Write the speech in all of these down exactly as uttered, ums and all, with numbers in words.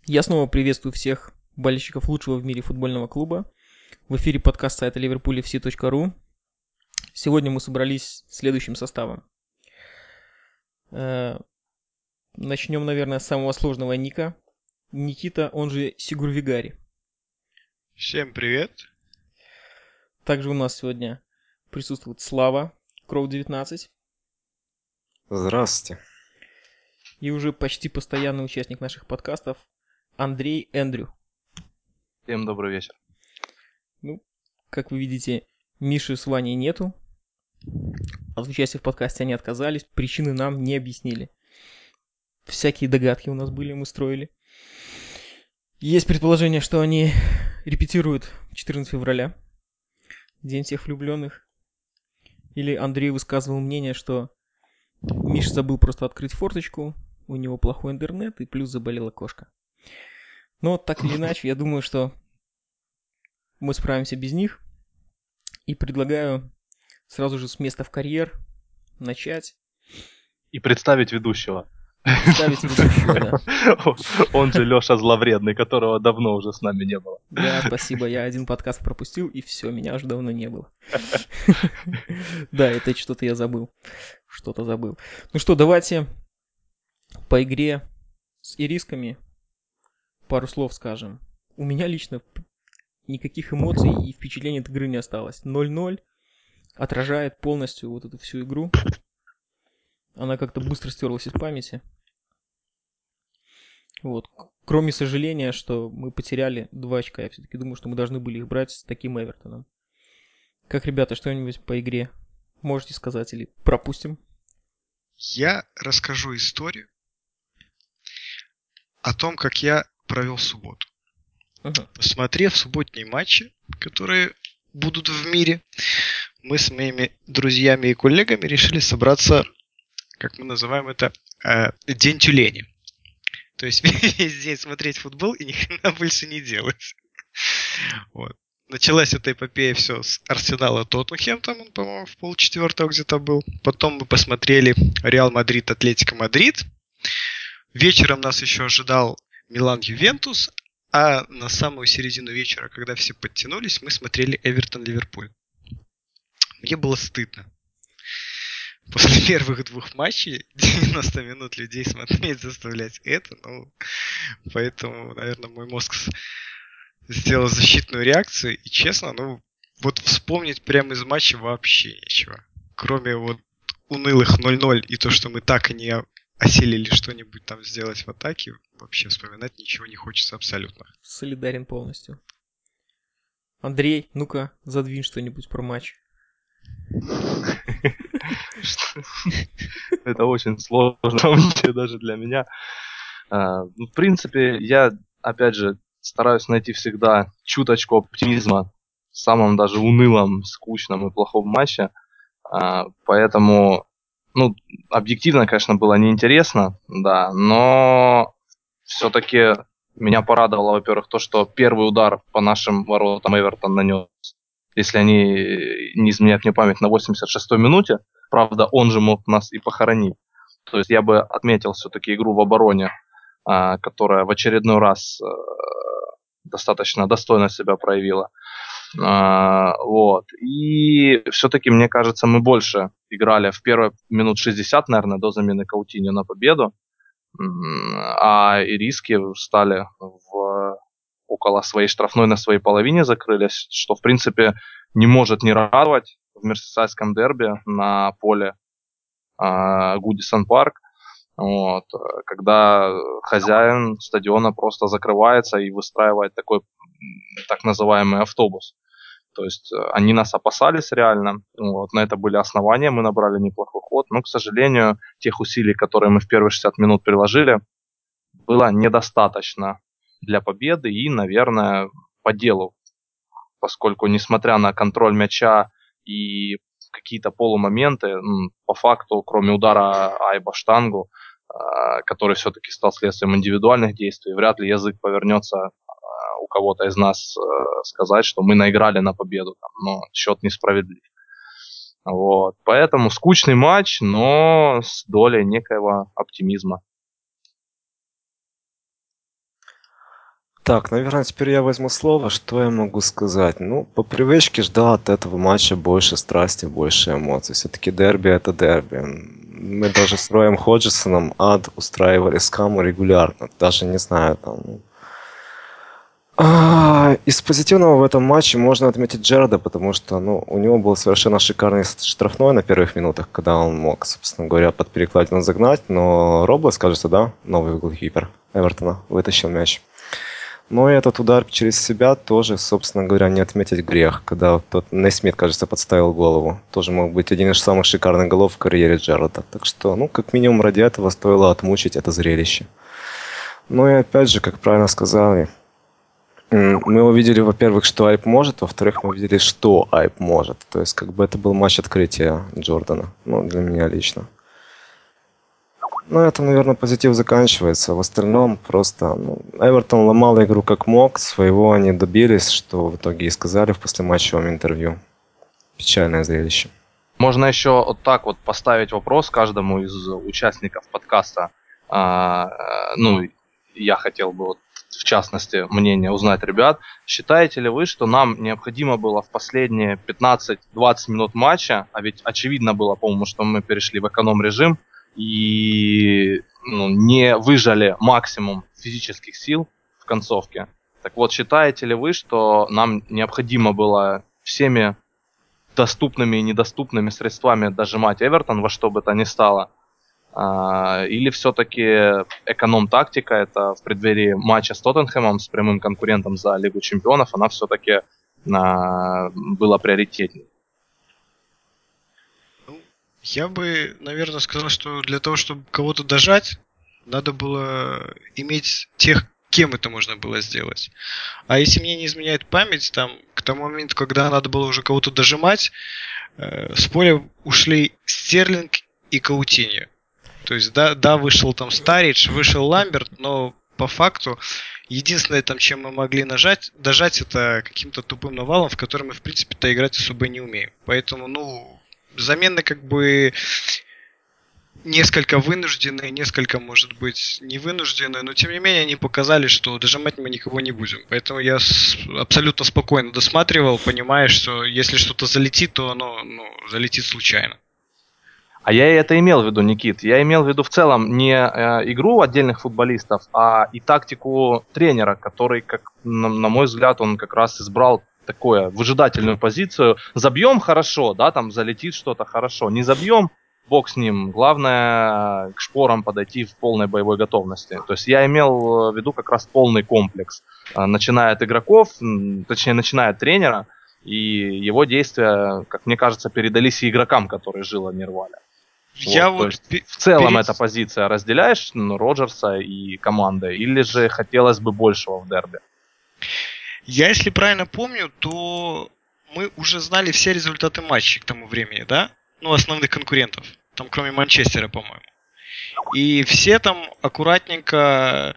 Я снова приветствую всех болельщиков лучшего в мире футбольного клуба. В эфире подкаст сайта ливерпуль эф си точка ру. Сегодня мы собрались следующим составом. Начнем, наверное, с самого сложного ника. Никита, он же Сигурвигари. Всем привет. Также у нас сегодня присутствует Слава, Кроу девятнадцать. Здравствуйте. И уже почти постоянный участник наших подкастов Андрей Эндрю. Всем добрый вечер. Ну, как вы видите, Миши с Ваней нету. От участия в подкасте они отказались, причины нам не объяснили. Всякие догадки у нас были, мы строили. Есть предположение, что они репетируют четырнадцатого февраля, День всех влюбленных. Или Андрей высказывал мнение, что Миша забыл просто открыть форточку, у него плохой интернет и плюс заболела кошка. Но так или иначе, я думаю, что мы справимся без них. И предлагаю сразу же с места в карьер начать. И представить ведущего. Представить ведущего, да. Он же Леша Зловредный, которого давно уже с нами не было. Да, спасибо. Я один подкаст пропустил, и все, меня уже давно не было. Да, это что-то я забыл. Что-то забыл. Ну что, давайте по игре с ирисками пару слов скажем. У меня лично никаких эмоций и впечатлений от игры не осталось. ноль-ноль отражает полностью вот эту всю игру. Она как-то быстро стерлась из памяти. Вот. Кроме сожаления, что мы потеряли два очка. Я все-таки думаю, что мы должны были их брать с таким Эвертоном. Как, ребята, что-нибудь по игре можете сказать или пропустим? Я расскажу историю о том, как я провел субботу. Uh-huh. Посмотрев субботние матчи, которые будут в мире, мы с моими друзьями и коллегами решили собраться, как мы называем это, э, день тюлени. То есть весь день смотреть футбол и ни хрена больше не делать. Вот. Началась эта эпопея все с Арсенала Тоттенхэм, там он, по-моему, в полчетвертого где-то был. Потом мы посмотрели Реал Мадрид, Атлетико Мадрид. Вечером нас еще ожидал Милан Ювентус. А на самую середину вечера, когда все подтянулись, мы смотрели Эвертон Ливерпуль. Мне было стыдно. После первых двух матчей девяносто минут людей смотреть, заставлять это. Ну, поэтому, наверное, мой мозг сделал защитную реакцию. И честно, ну, вот вспомнить прямо из матча вообще нечего. Кроме вот унылых ноль-ноль и то, что мы так и не осилили что-нибудь там сделать в атаке, вообще вспоминать ничего не хочется абсолютно. Солидарен полностью. Андрей, ну-ка, задвинь что-нибудь про матч. Это очень сложно вообще даже для меня. В принципе, я, опять же, стараюсь найти всегда чуточку оптимизма в самом даже унылом, скучном и плохом матче. Поэтому, ну, объективно, конечно, было неинтересно, да, но все-таки меня порадовало, во-первых, то, что первый удар по нашим воротам Эвертон нанес, если они не изменяют мне память, на восемьдесят шестой минуте. Правда, он же мог нас и похоронить. То есть я бы отметил все-таки игру в обороне, которая в очередной раз достаточно достойно себя проявила. Вот. И все-таки, мне кажется, мы больше играли в первые минут шестьдесят, наверное, до замены Каутиньо на победу. А ириски стали в, около своей штрафной на своей половине закрылись, что, в принципе, не может не радовать в мерсисайдском дерби на поле э, Гудисон Парк. Вот, когда хозяин стадиона просто закрывается и выстраивает такой так называемый автобус. То есть они нас опасались реально, вот, на это были основания, мы набрали неплохой ход, но, к сожалению, тех усилий, которые мы в первые шестьдесят минут приложили, было недостаточно для победы и, наверное, по делу, поскольку, несмотря на контроль мяча и какие-то полумоменты, по факту, кроме удара Айба в штангу, который все-таки стал следствием индивидуальных действий, вряд ли язык повернется у кого-то из нас сказать, что мы наиграли на победу, но счет несправедлив. Вот. Поэтому скучный матч, но с долей некоего оптимизма. Так, наверное, теперь я возьму слово. Что я могу сказать? Ну, по привычке ждал от этого матча больше страсти, больше эмоций. Все-таки дерби — это дерби. Мы даже с Роем Ходжесоном ад устраивали с Каму регулярно. Даже, не знаю, там... ну. А, Из позитивного в этом матче можно отметить Джерарда, потому что ну, у него был совершенно шикарный штрафной на первых минутах, когда он мог, собственно говоря, под перекладину загнать. Но Роблес, кажется, да, новый голкипер Эвертона, вытащил мяч. Но и этот удар через себя тоже, собственно говоря, не отметить грех, когда вот тот Нейсмит, кажется, подставил голову. Тоже мог быть один из самых шикарных голов в карьере Джерарда. Так что, ну, как минимум ради этого стоило отмучить это зрелище. Ну и опять же, как правильно сказали, м, мы увидели, во-первых, что Айп может, во-вторых, мы увидели, что Айп может. То есть, как бы это был матч открытия Джордана, ну, для меня лично. Ну, это, наверное, позитив заканчивается. В остальном просто ну, Эвертон ломал игру как мог. Своего они добились, что в итоге и сказали в послематчевом интервью. Печальное зрелище. Можно еще вот так вот поставить вопрос каждому из участников подкаста. А, э, ну, я хотел бы вот в частности мнение узнать ребят. Считаете ли вы, что нам необходимо было в последние пятнадцать-двадцать минут матча, а ведь очевидно было, по-моему, что мы перешли в эконом-режим и ну, не выжали максимум физических сил в концовке. Так вот, считаете ли вы, что нам необходимо было всеми доступными и недоступными средствами дожимать Эвертон во что бы то ни стало? А, Или все-таки эконом-тактика, это в преддверии матча с Тоттенхэмом, с прямым конкурентом за Лигу Чемпионов, она все-таки а, была приоритетнее? Ну, я бы, наверное, сказал, что для того, чтобы кого-то дожать, надо было иметь тех, кем это можно было сделать. А если мне не изменяет память, там, к тому моменту, когда надо было уже кого-то дожимать, э, с поля ушли Стерлинг и Каутиньо. То есть, да, да, вышел там Старидж, вышел Ламберт, но по факту единственное, там, чем мы могли нажать, дожать, это каким-то тупым навалом, в который мы, в принципе-то, играть особо не умеем. Поэтому, ну, замены как бы несколько вынужденные, несколько, может быть, не вынужденные, но тем не менее они показали, что дожимать мы никого не будем. Поэтому я с- абсолютно спокойно досматривал, понимая, что если что-то залетит, то оно ну, залетит случайно. А я и это имел в виду, Никит. Я имел в виду в целом не э, игру отдельных футболистов, а и тактику тренера, который, как на, на мой взгляд, он как раз избрал такое выжидательную позицию. Забьем хорошо, да, там залетит что-то хорошо. Не забьем, бог с ним. Главное к шпорам подойти в полной боевой готовности. То есть я имел в виду как раз полный комплекс. Э, Начиная от игроков, м, точнее начиная от тренера, и его действия, как мне кажется, передались и игрокам, которые жило не рвали. Я Вот, то вот есть пе- в целом перед... эта позиция разделяешь ну, Роджерса и команды, или же хотелось бы большего в дерби? Я, если правильно помню, то мы уже знали все результаты матчей к тому времени, да? Ну, основных конкурентов. Там, кроме Манчестера, по-моему. И все там аккуратненько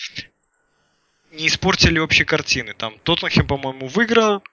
не испортили общей картины. Там Тоттенхэм, по-моему, выиграл,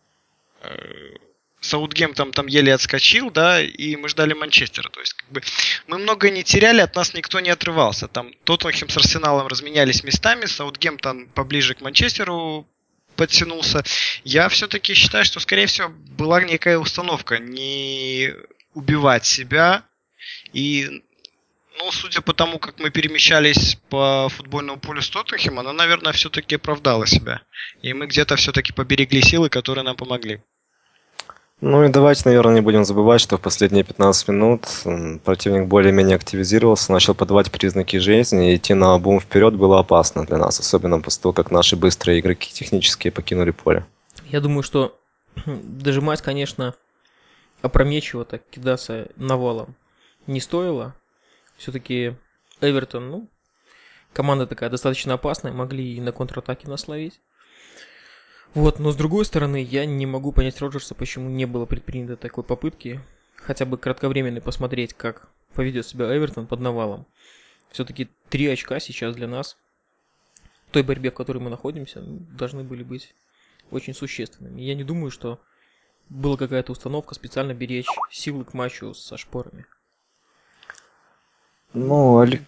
э, Саутгемптон там еле отскочил, да, и мы ждали Манчестера. То есть, как бы, мы много не теряли, от нас никто не отрывался. Там Тоттенхэм с Арсеналом разменялись местами, Саутгемптон поближе к Манчестеру подтянулся. Я все-таки считаю, что, скорее всего, была некая установка не убивать себя. И, ну, судя по тому, как мы перемещались по футбольному полю с Тоттенхэмом, она, наверное, все-таки оправдала себя. И мы где-то все-таки поберегли силы, которые нам помогли. Ну и давайте, наверное, не будем забывать, что в последние пятнадцать минут м, противник более-менее активизировался, начал подавать признаки жизни, и идти на обум вперед было опасно для нас, особенно после того, как наши быстрые игроки технические покинули поле. Я думаю, что дожимать, конечно, опрометчиво так кидаться навалом не стоило. Все-таки Эвертон, ну, команда такая достаточно опасная, могли и на контратаке нас ловить. Вот, но с другой стороны, я не могу понять Роджерса, почему не было предпринято такой попытки, хотя бы кратковременной посмотреть, как поведет себя Эвертон под навалом. Все-таки три очка сейчас для нас, в той борьбе, в которой мы находимся, должны были быть очень существенными. Я не думаю, что была какая-то установка специально беречь силы к матчу со шпорами. Ну, Али-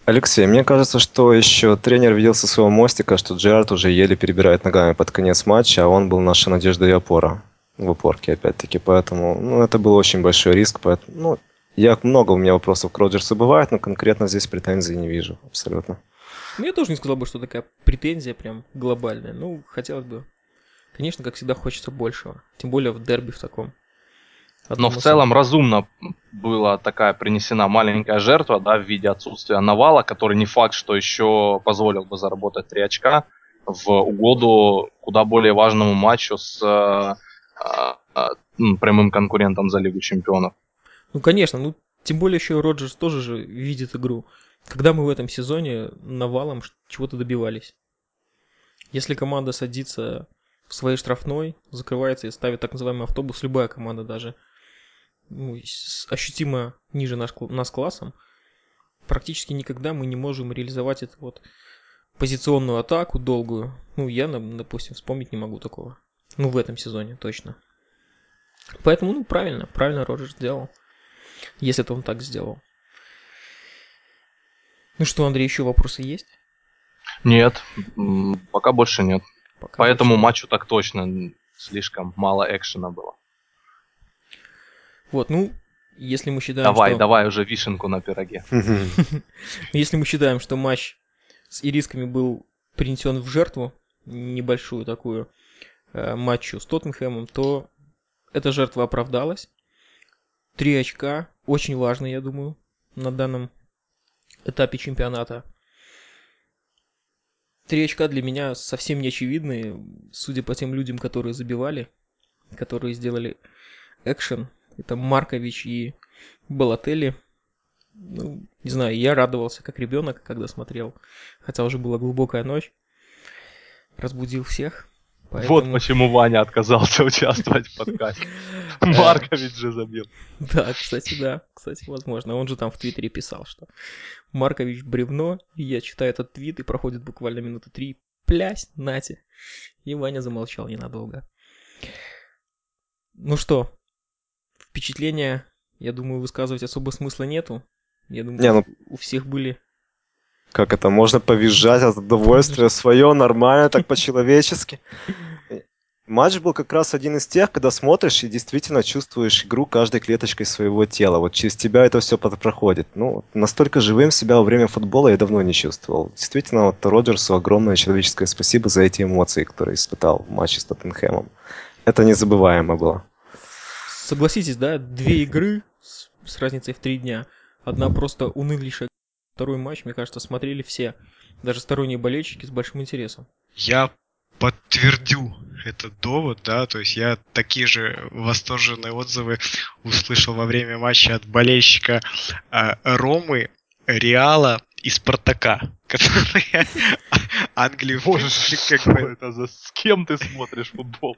Алексей, мне кажется, что еще тренер видел со своего мостика, что Джерард уже еле перебирает ногами под конец матча, а он был нашей надеждой и опора в упорке, опять-таки. Поэтому, ну, это был очень большой риск. Поэтому, ну, я много у меня вопросов к Роджерсу бывает, но конкретно здесь претензий не вижу абсолютно. Ну, я тоже не сказал бы, что такая претензия прям глобальная. Ну, хотелось бы. Конечно, как всегда, хочется большего. Тем более в дерби в таком. Но в целом разумно была такая принесена маленькая жертва, да, в виде отсутствия Навала, который не факт, что еще позволил бы заработать три очка в угоду куда более важному матчу с э, э, э, прямым конкурентом за Лигу Чемпионов. Ну, конечно, ну, тем более еще Роджерс тоже же видит игру. Когда мы в этом сезоне навалом чего-то добивались. Если команда садится в своей штрафной, закрывается и ставит так называемый автобус, любая команда даже, ну, ощутимо ниже наш, нас классом, практически никогда мы не можем реализовать эту вот позиционную атаку долгую. Ну, я, допустим, вспомнить не могу такого. Ну, в этом сезоне точно. Поэтому, ну, правильно, правильно Роджерс сделал. Если это он так сделал. Ну что, Андрей, еще вопросы есть? Нет, пока больше нет. Пока По этому больше. матчу так точно слишком мало экшена было. Вот, ну, если мы считаем, давай, что... Давай, уже вишенку на пироге. Если мы считаем, что матч с ирисками был принесен в жертву, небольшую такую, матчу с Тоттенхэмом, то эта жертва оправдалась. Три очка, очень важно, я думаю, на данном этапе чемпионата. Три очка для меня совсем не очевидные, судя по тем людям, которые забивали, которые сделали экшен. Это Маркович и Балотелли. Ну, не знаю, я радовался как ребенок, когда смотрел. Хотя уже была глубокая ночь. Разбудил всех. Поэтому... Вот почему Ваня отказался участвовать в подкасте. Маркович же забил. Да, кстати, да. Кстати, возможно. Он же там в Твиттере писал, что Маркович бревно. И я читаю этот твит, и проходит буквально минуты три. Плясь, нате. И Ваня замолчал ненадолго. Ну что, впечатления, я думаю, высказывать особо смысла нету. Я думаю, Не, ну... у всех были... Как это? Можно повизжать от удовольствия свое, нормально, так по-человечески. Матч был как раз один из тех, когда смотришь и действительно чувствуешь игру каждой клеточкой своего тела. Вот через тебя это все проходит. Ну, настолько живым себя во время футбола я давно не чувствовал. Действительно, вот Роджерсу огромное человеческое спасибо за эти эмоции, которые испытал в матче с Тоттенхэмом. Это незабываемо было. Согласитесь, да, две игры с, с разницей в три дня. Одна просто унылейшая. Второй матч, мне кажется, смотрели все. Даже сторонние болельщики с большим интересом. Я подтвердю этот довод, да, то есть я такие же восторженные отзывы услышал во время матча от болельщика э, Ромы, Реала и Спартака, которые Англию... Боже, как бы... это за... С кем ты смотришь футбол?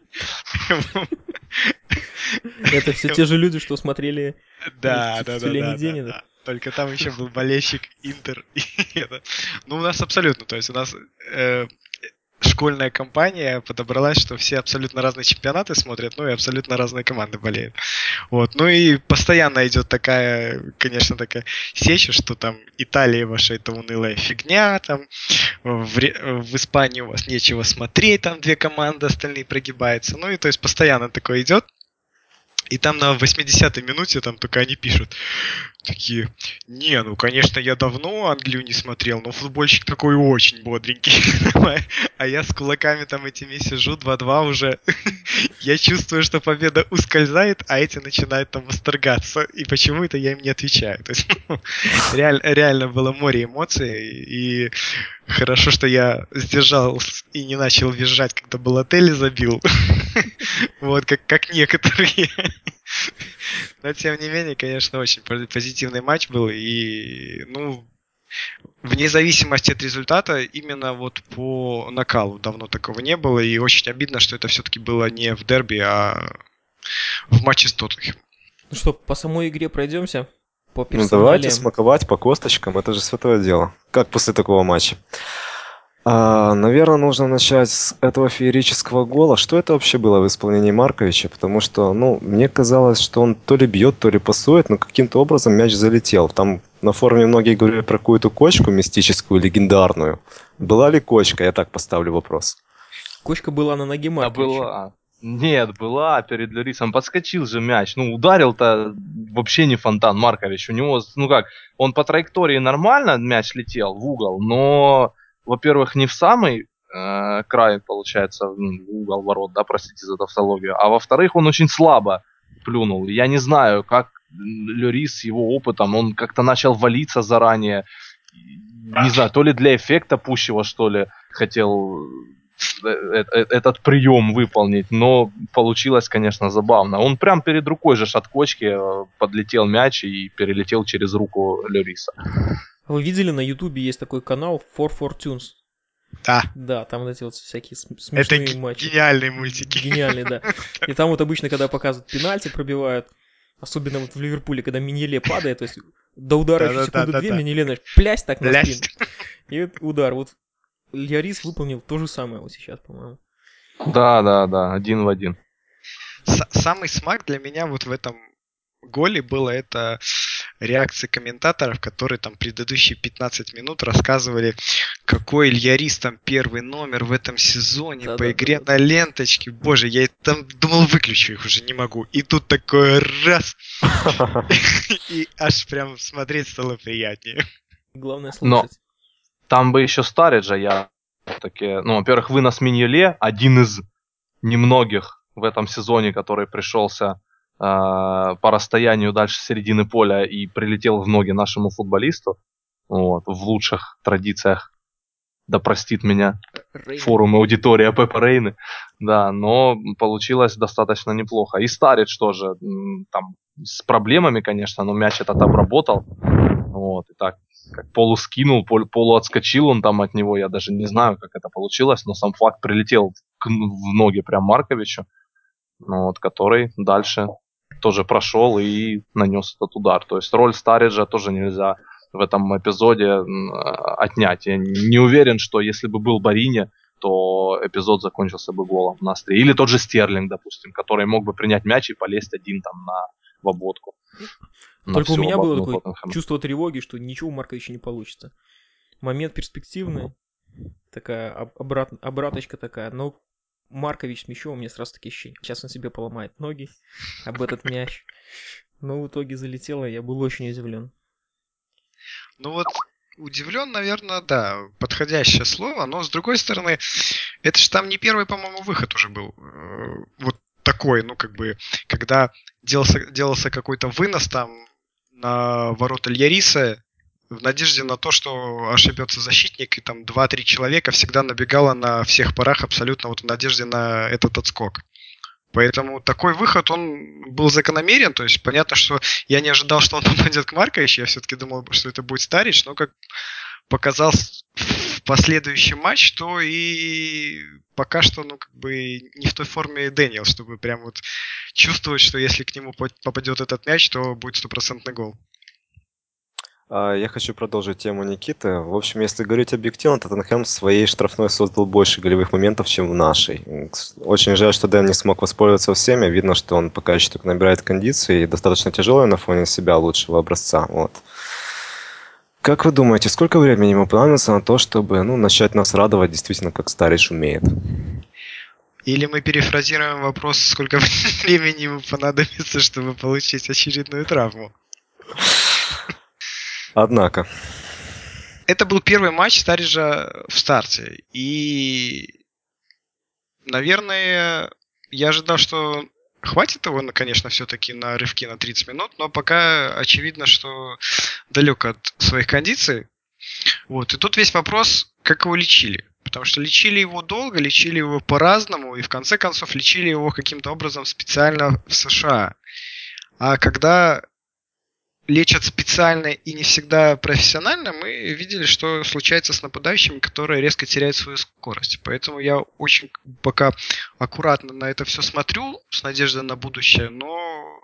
Это все те же люди, что смотрели да, да, да, да, да. Только там еще был болельщик Интер. Ну, у нас абсолютно, то есть у нас э, школьная компания подобралась, что все абсолютно разные чемпионаты смотрят, ну и абсолютно разные команды болеют. Вот. Ну и постоянно идет такая, конечно, такая сеча, что там Италия ваша это унылая фигня, там в, в Испании у вас нечего смотреть, там две команды, остальные прогибаются. Ну и то есть постоянно такое идет. И там на восьмидесятой минуте там только они пишут такие: не, ну, конечно, я давно Англию не смотрел, но футбольщик такой очень бодренький. А я с кулаками там этими сижу, два-два уже. Я чувствую, что победа ускользает, а эти начинают там восторгаться. И почему это я им не отвечаю? То есть, ну, реаль, реально было море эмоций. И хорошо, что я сдержал и не начал визжать, когда Балотелли забил. Вот, как, как некоторые. Но, тем не менее, конечно, очень позитивный матч был. И, ну, вне зависимости от результата, именно вот по накалу давно такого не было. И очень обидно, что это все-таки было не в дерби, а в матче с Тоттенхэмом. Ну что, по самой игре пройдемся? По ну, давайте смаковать по косточкам, это же святое дело. Как после такого матча? А, наверное, нужно начать с этого феерического гола. Что это вообще было в исполнении Марковича? Потому что, ну, мне казалось, что он то ли бьет, то ли пасует, но каким-то образом мяч залетел. Там на форуме многие говорили про какую-то кочку мистическую, легендарную. Была ли кочка? Я так поставлю вопрос. Кочка была на ноге Да Марковича. была. Нет, была перед Лерисом. Подскочил же мяч. Ну, ударил-то вообще не фонтан Маркович. У него, ну как, он по траектории нормально мяч летел в угол, но, во-первых, не в самый э, край, получается, в угол ворот, да, простите за тавтологию, а во-вторых, он очень слабо плюнул. Я не знаю, как Лерис с его опытом, он как-то начал валиться заранее. Не знаю, то ли для эффекта пущего, что ли, хотел этот прием выполнить, но получилось, конечно, забавно. Он прям перед рукой же от кочки подлетел мяч и перелетел через руку Лериса. Вы видели, на Ютубе есть такой канал four Fortunes? Да. Да, там вот эти вот всякие смешные Это матчи. Гениальные мультики. Гениальные, да. И там вот обычно, когда показывают пенальти, пробивают, особенно вот в Ливерпуле, когда Миньеле падает, то есть до удара еще секунды две, Миньеле, знаешь, плясь так на спину. И удар. Вот Льярис выполнил то же самое вот сейчас, по-моему. Да, да, да, один в один. С- самый смак для меня вот в этом голе было это реакции комментаторов, которые там предыдущие пятнадцать минут рассказывали, какой Ильярис там первый номер в этом сезоне Да, по да, игре да, да. на ленточке. Боже, я там думал, выключу их уже, не могу. И тут такое раз, и аж прям смотреть стало приятнее. Главное Но слушать. там бы еще Стариджа я таки, ну, во-первых, вынос Миньеле, один из немногих в этом сезоне, который пришелся э, по расстоянию дальше середины поля и прилетел в ноги нашему футболисту, вот, в лучших традициях, да простит меня Рейна. форум и аудитория Пеппа Рейны, да, но получилось достаточно неплохо. И Старидж тоже м, там с проблемами, конечно, но мяч этот обработал, вот, и так как полу скинул, пол, полу отскочил он там от него, я даже не знаю, как это получилось, но сам факт прилетел к, в ноги прям Марковичу, вот, который дальше тоже прошел и нанес этот удар. То есть роль Стариджа тоже нельзя в этом эпизоде м, отнять. Я не уверен, что если бы был Барини, то эпизод закончился бы голом на острие. Или тот же Стерлинг, допустим, который мог бы принять мяч и полезть один там на в обводку. На Только у всю меня было оборону такое Тоттенхэма. чувство тревоги, что ничего у Марковича не получится. Момент перспективный, такая об- обрат, обраточка такая, но Маркович с мячом, у меня сразу такие ощущения. Сейчас он себе поломает ноги об этот мяч. Но в итоге залетело, я был очень удивлен. Ну вот, удивлен, наверное, да, подходящее слово, но с другой стороны, это же там не первый, по-моему, выход уже был. э, Вот такой, ну, как бы, когда делался, делался какой-то вынос там на ворота Льяриса, в надежде на то, что ошибется защитник, и там два-три человека всегда набегало на всех парах абсолютно вот в надежде на этот отскок. Поэтому такой выход, он был закономерен, то есть понятно, что я не ожидал, что он попадет к Марковичу, я все-таки думал, что это будет Старич, но как показал в последующий матч, то и пока что, ну, как бы не в той форме Дэниел, чтобы прям вот чувствовать, что если к нему попадет этот мяч, то будет стопроцентный гол. А, Я хочу продолжить тему Никиты. В общем, если говорить объективно, Тоттенхэм в своей штрафной создал больше голевых моментов, чем в нашей. Очень жаль, что Дэн не смог воспользоваться всеми. Видно, что он пока еще только набирает кондиции и достаточно тяжелый на фоне себя лучшего образца. Вот. Как вы думаете, сколько времени ему понадобится на то, чтобы ну, начать нас радовать действительно, как Старич умеет? Или мы перефразируем вопрос, сколько времени ему понадобится, чтобы получить очередную травму. Однако. Это был первый матч Стариджа в старте. И, наверное, я ожидал, что хватит его, конечно, все-таки на рывки на тридцать минут, но пока очевидно, что далек от своих кондиций. Вот. И тут весь вопрос, как его лечили. Потому что лечили его долго, лечили его по-разному, и в конце концов лечили его каким-то образом специально в США. А когда лечат специально и не всегда профессионально, мы видели, что случается с нападающими, которые резко теряют свою скорость. Поэтому я очень пока аккуратно на это все смотрю, с надеждой на будущее, но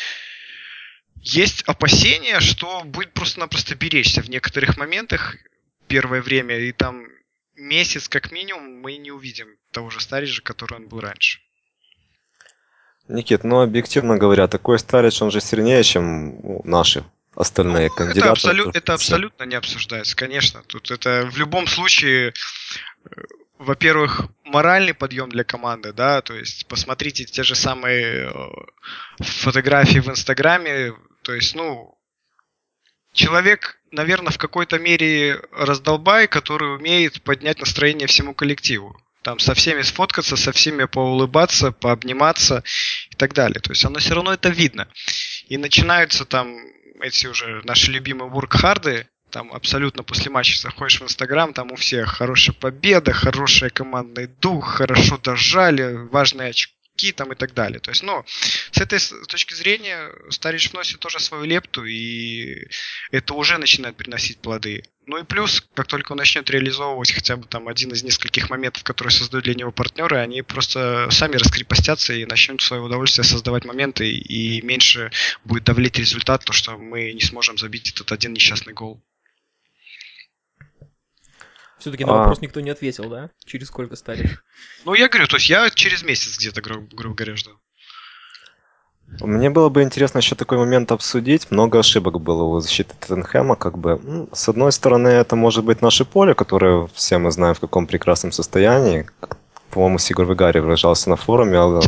есть опасения, что будет просто-напросто беречься в некоторых моментах первое время, и там месяц как минимум мы не увидим того же Стариджа, который он был раньше. Никит, ну объективно говоря, такой Старидж, он же сильнее, чем ну, наши остальные Ну, кандидаты. это, абсолют, на то, это что- абсолютно не обсуждается, конечно. Тут это в любом случае, э, во-первых, моральный подъем для команды, да, то есть посмотрите те же самые э, фотографии в Инстаграме, то есть, ну, человек, наверное, в какой-то мере раздолбай, который умеет поднять настроение всему коллективу. Там со всеми сфоткаться, со всеми поулыбаться, пообниматься и так далее. То есть оно все равно это видно. И начинаются там эти уже наши любимые воркхарды, там абсолютно после матча заходишь в Инстаграм, там у всех хорошая победа, хороший командный дух, хорошо дожали, важные очки там и так далее. То есть, ну, с этой точки зрения Старидж вносит тоже свою лепту, и это уже начинает приносить плоды. Ну и плюс, как только он начнет реализовывать хотя бы там один из нескольких моментов, которые создают для него партнеры, они просто сами раскрепостятся и начнут в свое удовольствие создавать моменты, и меньше будет давлеть результат, то, что мы не сможем забить этот один несчастный гол. Все-таки на А. вопрос никто не ответил, да? Через сколько Старидж? Ну, я говорю, то есть я через месяц где-то, гру- грубо говоря, жду. Мне было бы интересно еще такой момент обсудить. Много ошибок было у защиты Тоттенхэма. Как бы. Ну, с одной стороны, это может быть наше поле, которое все мы знаем в каком прекрасном состоянии. Как, по-моему, Сигур Вигари выражался на форуме. а,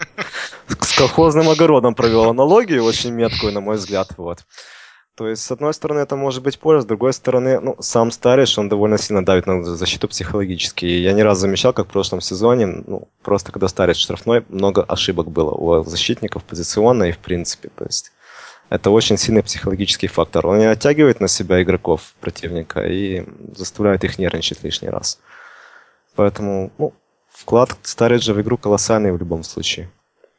С колхозным огородом провел аналогию, очень меткую, на мой взгляд. Вот. То есть, с одной стороны, это может быть поле, с другой стороны, ну, сам Старидж, он довольно сильно давит на защиту психологически. И я не раз замечал, как в прошлом сезоне, ну, просто когда Старидж штрафной, много ошибок было у защитников позиционно и в принципе. То есть, это очень сильный психологический фактор. Он не оттягивает на себя игроков противника и заставляет их нервничать лишний раз. Поэтому, ну, вклад Стариджа в игру колоссальный в любом случае.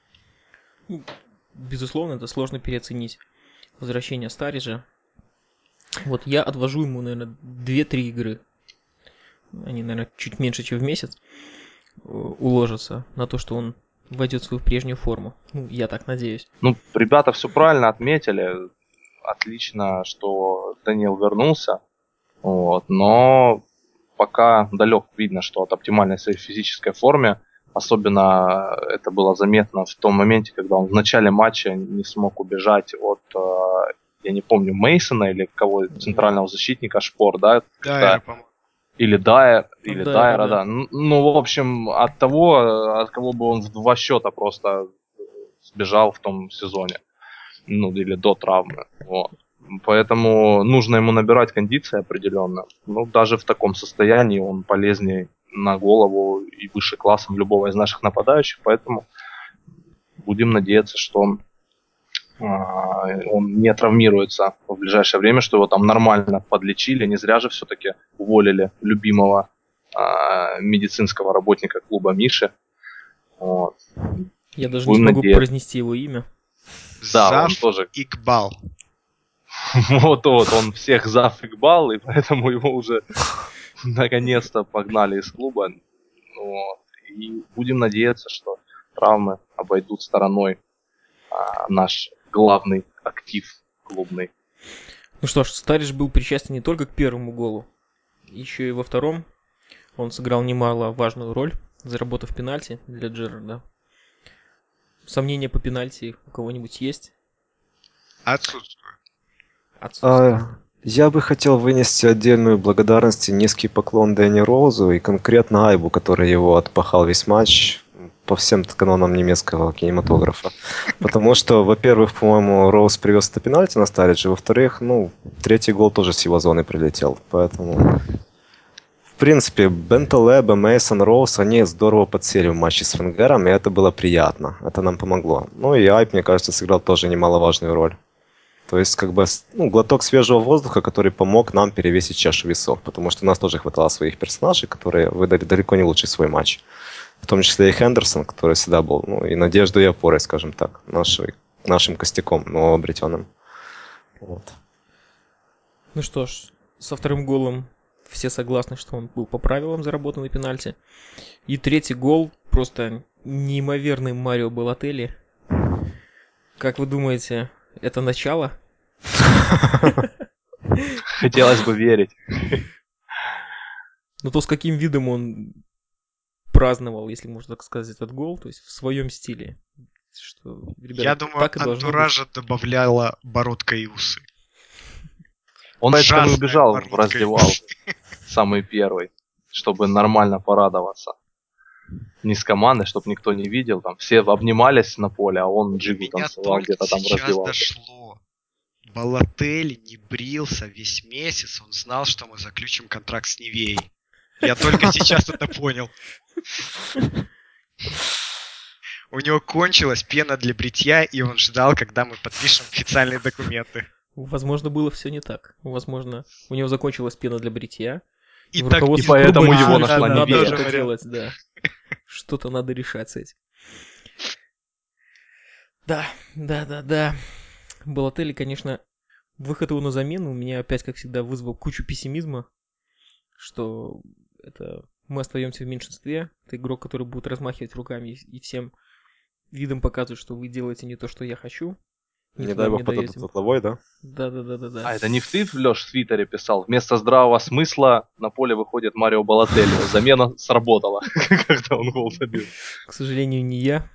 Безусловно, это сложно переоценить. Возвращение Стариджа. Вот я отвожу ему, наверное, две-три игры. Они, наверное, чуть меньше, чем в месяц э, уложатся на то, что он войдет в свою прежнюю форму. Ну, я так надеюсь. Ну, ребята все правильно отметили. Отлично, что Даниил вернулся. Вот, но пока далек, видно, что от оптимальной своей физической форме. Особенно это было заметно в том моменте, когда он в начале матча не смог убежать от, э, я не помню, Мейсона или кого, центрального защитника Шпор, да? Да, я, по-моему. Или Дайер, или Дайера, Дайера, да. да. Ну, ну, в общем, от того, от кого бы он в два счета просто сбежал в том сезоне. Ну, или до травмы. Вот. Поэтому нужно ему набирать кондиции определенно. Ну, даже в таком состоянии он полезнее на голову и выше классом любого из наших нападающих. Поэтому будем надеяться, что а, он не травмируется в ближайшее время, что его там нормально подлечили. Не зря же все-таки уволили любимого а, медицинского работника клуба Миши. Вот. Я даже Будем не смогу надеяться. произнести его имя. Да, он Зав тоже. Игбал. Вот, вот, он всех зав Игбал, и поэтому его уже наконец-то погнали из клуба. Вот. И будем надеяться, что травмы обойдут стороной а, наш главный актив клубный. Ну что ж, Старидж был причастен не только к первому голу, еще и во втором. Он сыграл немало важную роль, заработав пенальти для Джерарда. Сомнения по пенальти у кого-нибудь есть? Отсутствует. Отсутствует. А, я бы хотел вынести отдельную благодарность и низкий поклон Дэнни Роузу и конкретно Айбу, который его отпахал весь матч по всем канонам немецкого кинематографа. Потому что, во-первых, по-моему, Роуз привез это пенальти на Старидже, во-вторых, ну, третий гол тоже с его зоны прилетел. Поэтому, в принципе, Бенталеба, Мейсон, Роуз, они здорово подсели в матче с Венгером, и это было приятно. Это нам помогло. Ну и Айб, мне кажется, сыграл тоже немаловажную роль. То есть, как бы, ну, глоток свежего воздуха, который помог нам перевесить чашу весов, потому что у нас тоже хватало своих персонажей, которые выдали далеко не лучший свой матч. В том числе и Хендерсон, который всегда был, ну, и надеждой и опорой, скажем так, нашей, нашим костяком новообретенным. Вот. Ну что ж, со вторым голом все согласны, что он был по правилам заработанный пенальти. И третий гол просто неимоверный Марио Балотелли. Как вы думаете, это начало? Хотелось бы верить. Но то, с каким видом он праздновал, если можно так сказать, этот гол, то есть в своем стиле. Что, ребята, Я думаю, так и должно быть. антуража добавляла бородка и усы. Он поэтому и Ужасная убежал в бородка и раздевалку, усы. самый первый, чтобы нормально порадоваться. Не с командой, чтобы никто не видел. Там все обнимались на поле, а он До джигу меня танцевал только где-то там в сейчас раздевалке. дошло. Балотелли не брился весь месяц, он знал, что мы заключим контракт с Нивеей. Я только сейчас это понял. У него кончилась пена для бритья, и он ждал, когда мы подпишем официальные документы. Возможно, было все не так. Возможно, у него закончилась пена для бритья. И, в так, руководстве и поэтому клуба его решили, нашла что Нивея. надо Тоже что-то вариант. делать, да. Что-то надо решать с этим. Да, да, да, да. Балотелли, конечно, выход его на замену у меня опять, как всегда, вызвал кучу пессимизма, что это мы остаемся в меньшинстве. Это игрок, который будет размахивать руками и и всем видом показывать, что вы делаете не то, что я хочу. Не туда дай бог мне подадут даёте. угловой, да? Да, да, да, да, да. А это не в ты, Лёш, в Твиттере писал? Вместо здравого смысла на поле выходит Марио Балотелли. Замена сработала, когда он гол забил. К сожалению, не я.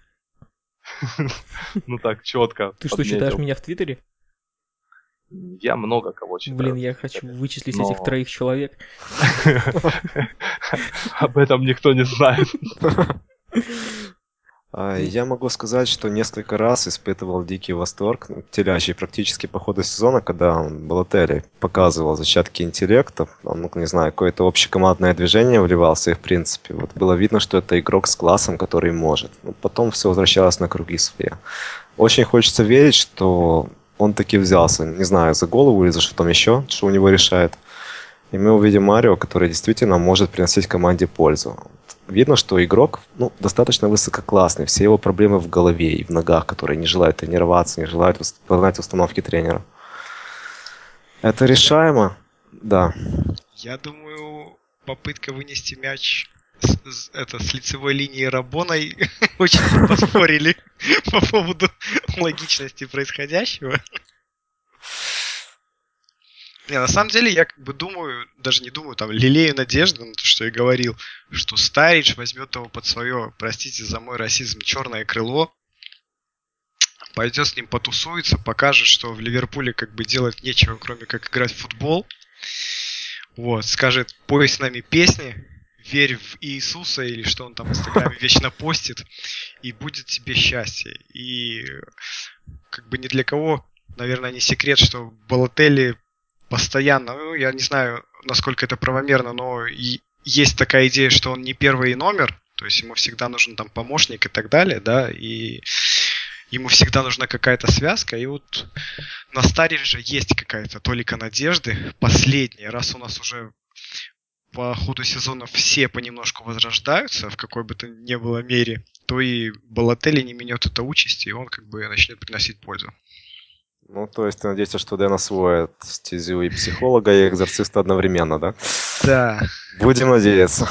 Ну так, четко. Ты что, читаешь меня в Твиттере? Я много кого читаю. Блин, я хочу вычислить но- этих троих человек. Об этом никто не знает. А, Я могу сказать, что несколько раз испытывал дикий восторг, ну, телящий практически по ходу сезона, когда он, Балотелли, показывал зачатки интеллекта, он, ну, не знаю, какое-то общекомандное движение вливался, и в принципе, вот было видно, что это игрок с классом, который может. Но потом все возвращалось на круги своя. Очень хочется верить, что он таки взялся, не знаю, за голову или за что там еще, что у него решает. И мы увидим Марио, который действительно может приносить команде пользу. Видно, что игрок, ну, достаточно высококлассный. Все его проблемы в голове и в ногах, которые не желают тренироваться, не желают выполнять установки тренера. Это решаемо? Да. Я думаю, попытка вынести мяч с, с- это, с лицевой линии Рабоной очень поспорили по поводу логичности происходящего. Не, на самом деле, я как бы думаю, даже не думаю, там, лелею надежду на то, что я говорил, что Старидж возьмет его под свое, простите за мой расизм, черное крыло, пойдет с ним потусуется, покажет, что в Ливерпуле как бы делать нечего, кроме как играть в футбол. Вот, скажет, пой с нами песни, верь в Иисуса или что он там в Инстаграме вечно постит, и будет тебе счастье. И как бы ни для кого, наверное, не секрет, что Балотелли постоянно, ну, я не знаю, насколько это правомерно, но и есть такая идея, что он не первый номер, то есть ему всегда нужен там помощник и так далее, да, и ему всегда нужна какая-то связка, и вот на Старе же есть какая-то толика надежды, последняя, раз у нас уже по ходу сезона все понемножку возрождаются, в какой бы то ни было мере, то и Балотелли не минет это участь, и он как бы начнет приносить пользу. Ну, то есть ты надеешься, что Дэн освоит стезю и психолога, и экзорциста одновременно, да? Да. Будем надеяться.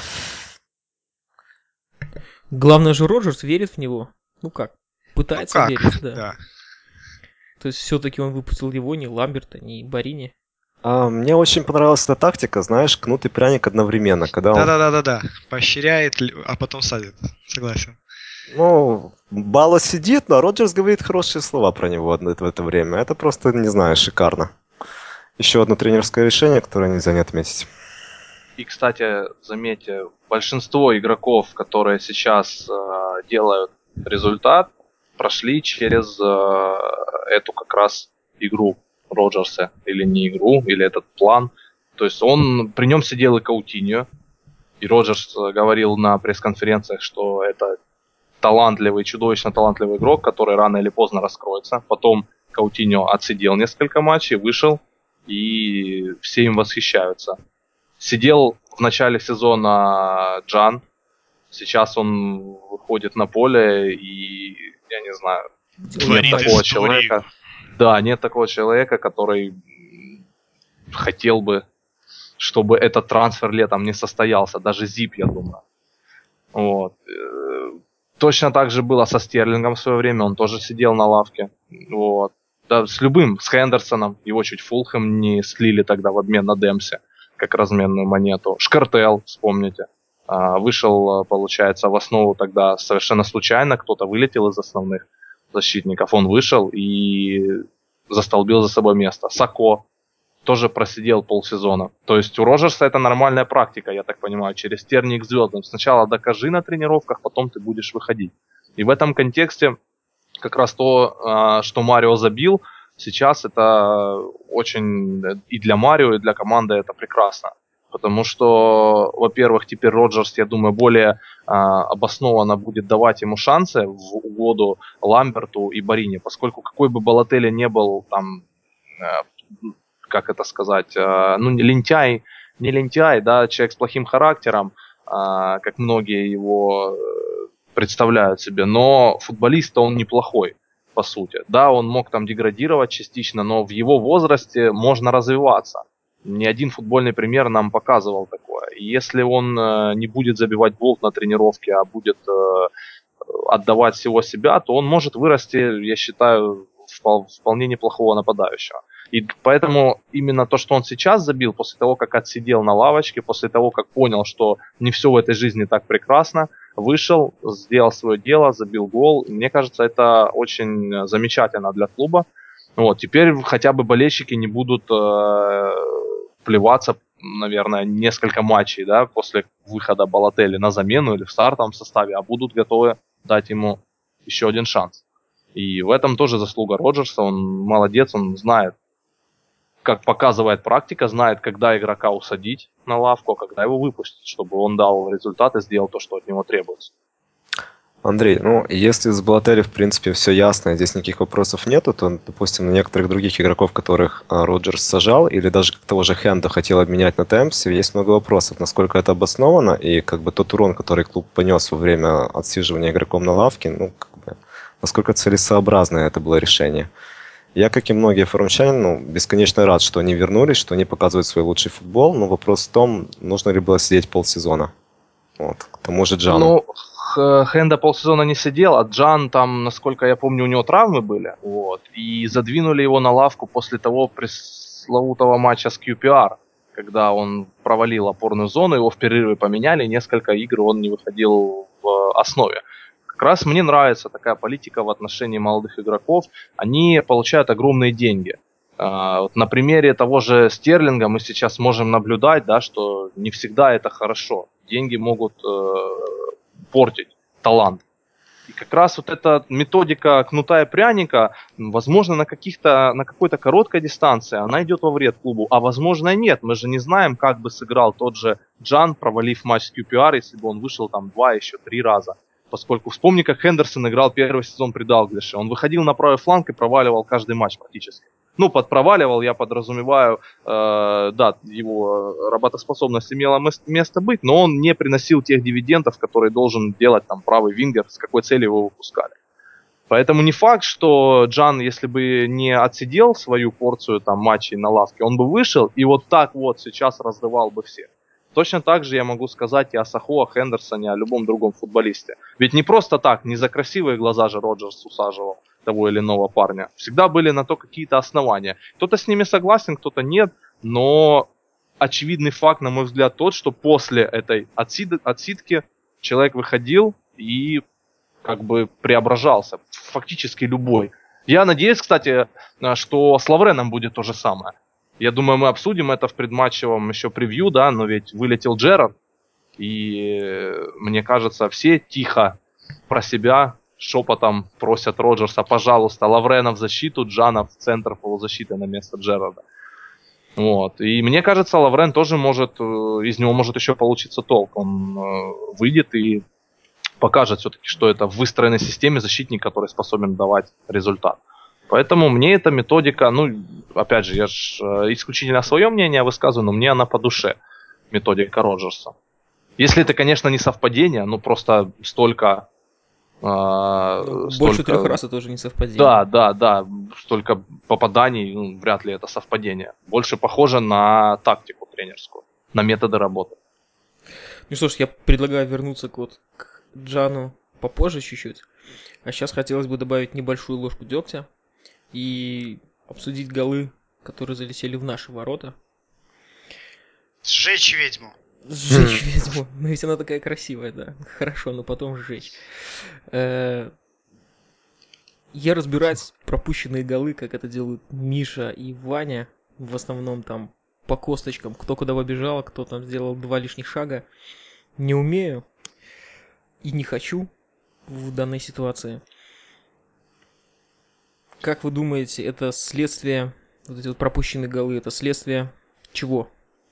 Главное же, Роджерс верит в него. Ну как? Ну Пытается как, верить, да. да. То есть все-таки он выпустил его, не Ламберта, не Барини. А, мне очень понравилась эта тактика, знаешь, кнут и пряник одновременно, когда он, Да-да-да-да-да. Поощряет, л- а потом садит. Согласен. ну, Бала сидит, но Роджерс говорит хорошие слова про него одно- в это время. Это просто, не знаю, шикарно. Еще одно тренерское решение, которое нельзя не отметить. И, кстати, заметьте, большинство игроков, которые сейчас э, делают результат, прошли через э, эту как раз игру Роджерса, или не игру, или этот план. То есть он, при нем сидел и Каутиньо, и Роджерс э, говорил на пресс-конференциях, что это талантливый, чудовищно талантливый игрок, который рано или поздно раскроется. Потом Каутиньо отсидел несколько матчей, вышел, и все им восхищаются. Сидел в начале сезона Джан, сейчас он выходит на поле, и я не знаю, Творит нет такого историю. человека. Да, нет такого человека, который м, хотел бы, чтобы этот трансфер летом не состоялся. Даже Зип, я думаю. Вот. Э, Точно так же было со Стерлингом в свое время, он тоже сидел на лавке. Вот. Да, с любым, с Хендерсоном, его чуть Фулхэм не слили тогда в обмен на Демпси. как разменную монету. Шкартел, вспомните. Вышел, получается, в основу тогда совершенно случайно, кто-то вылетел из основных защитников, он вышел и застолбил за собой место. Сако тоже просидел полсезона. То есть у Роджерса это нормальная практика, я так понимаю, через тернии к звездам. Сначала докажи на тренировках, потом ты будешь выходить. И в этом контексте как раз то, что Марио забил, сейчас это очень и для Марио, и для команды это прекрасно. Потому что, во-первых, теперь Роджерс, я думаю, более а, обоснованно будет давать ему шансы в угоду Ламберту и Борине, поскольку какой бы Балотелли не был там, а, как это сказать, а, ну не лентяй, не лентяй, да, человек с плохим характером, а, как многие его представляют себе, но футболист он неплохой, по сути. Да, он мог там деградировать частично, но в его возрасте можно развиваться. Ни один футбольный пример нам показывал такое. И если он э, не будет забивать гол на тренировке, а будет э, отдавать всего себя, то он может вырасти, я считаю, в вполне неплохого нападающего. И поэтому именно то, что он сейчас забил, после того, как отсидел на лавочке, после того, как понял, что не все в этой жизни так прекрасно, вышел, сделал свое дело, забил гол. Мне кажется, это очень замечательно для клуба. Вот, теперь хотя бы болельщики не будут э, плеваться, наверное, несколько матчей, да, после выхода Балотелли на замену или в стартовом составе, а будут готовы дать ему еще один шанс. И в этом тоже заслуга Роджерса. Он молодец, он знает, как показывает практика, знает, когда игрока усадить на лавку, а когда его выпустить, чтобы он дал результат и сделал то, что от него требуется. Андрей, ну, если с Балотелли, в принципе, все ясно, здесь никаких вопросов нету, то, допустим, на некоторых других игроков, которых а, Роджерс сажал, или даже того же Хенда хотел обменять на Темпсе, есть много вопросов, насколько это обосновано, и как бы тот урон, который клуб понес во время отсиживания игроком на лавке, ну, как бы, насколько целесообразное это было решение. Я, как и многие форумчане, ну, бесконечно рад, что они вернулись, что они показывают свой лучший футбол, но вопрос в том, нужно ли было сидеть полсезона. Вот, к тому же Джану. Ну, Хенда полсезона не сидел, а Джан там, насколько я помню, у него травмы были. Вот, и задвинули его на лавку после того пресловутого матча с кью пи ар, когда он провалил опорную зону, его в перерыве поменяли, несколько игр он не выходил в основе. Как раз мне нравится такая политика в отношении молодых игроков. Они получают огромные деньги. Вот на примере того же Стерлинга мы сейчас можем наблюдать, да, что не всегда это хорошо. Деньги могут э, портить талант. И как раз вот эта методика кнута и пряника, возможно, на, каких-то, на какой-то короткой дистанции она идет во вред клубу, а возможно и нет. Мы же не знаем, как бы сыграл тот же Джан, провалив матч с кью пи ар, если бы он вышел там два, еще три раза. Поскольку вспомни, как Хендерсон играл первый сезон при Далглише. Он выходил на правый фланг и проваливал каждый матч практически. Ну, под проваливал я подразумеваю, э, да, его работоспособность имела место быть, но он не приносил тех дивидендов, которые должен делать там правый вингер, с какой целью его выпускали. Поэтому не факт, что Джан, если бы не отсидел свою порцию там матчей на лавке, он бы вышел и вот так вот сейчас раздавал бы всех. Точно так же я могу сказать и о Сахо, о Хендерсоне, о любом другом футболисте. Ведь не просто так, не за красивые глаза же Роджерс усаживал того или иного парня. Всегда были на то какие-то основания. Кто-то с ними согласен, кто-то нет, но очевидный факт, на мой взгляд, тот, что после этой отсид- отсидки человек выходил и как бы преображался. Фактически любой. Я надеюсь, кстати, что с Лавреном будет то же самое. Я думаю, мы обсудим это в предматчевом еще превью, да, но ведь вылетел Джерард, и мне кажется, все тихо про себя шепотом просят Роджерса, пожалуйста, Лаврена в защиту, Джана в центр полузащиты на место Джерарда. Вот. И мне кажется, Лаврен тоже может, из него может еще получиться толк. Он выйдет и покажет все-таки, что это в выстроенной системе защитник, который способен давать результат. Поэтому мне эта методика, ну, опять же, я же исключительно свое мнение высказываю, но мне она по душе, методика Роджерса. Если это, конечно, не совпадение, ну, просто столько... Э, Ну, столько... Больше трех раз это тоже не совпадение. Да, да, да, столько попаданий, ну, вряд ли это совпадение. Больше похоже на тактику тренерскую, на методы работы. Ну что ж, я предлагаю вернуться к, вот, к Джану попозже чуть-чуть. А сейчас хотелось бы добавить небольшую ложку дегтя и обсудить голы, которые залетели в наши ворота. Сжечь ведьму. Сжечь ведьму. Ну ведь она такая красивая, да. Хорошо, но потом сжечь. Э, Я разбирать пропущенные голы, как это делают Миша и Ваня, в основном там по косточкам, кто куда побежал, кто там сделал два лишних шага, не умею и не хочу в данной ситуации. Как вы думаете, это следствие, вот эти вот пропущенные голы, это следствие чего?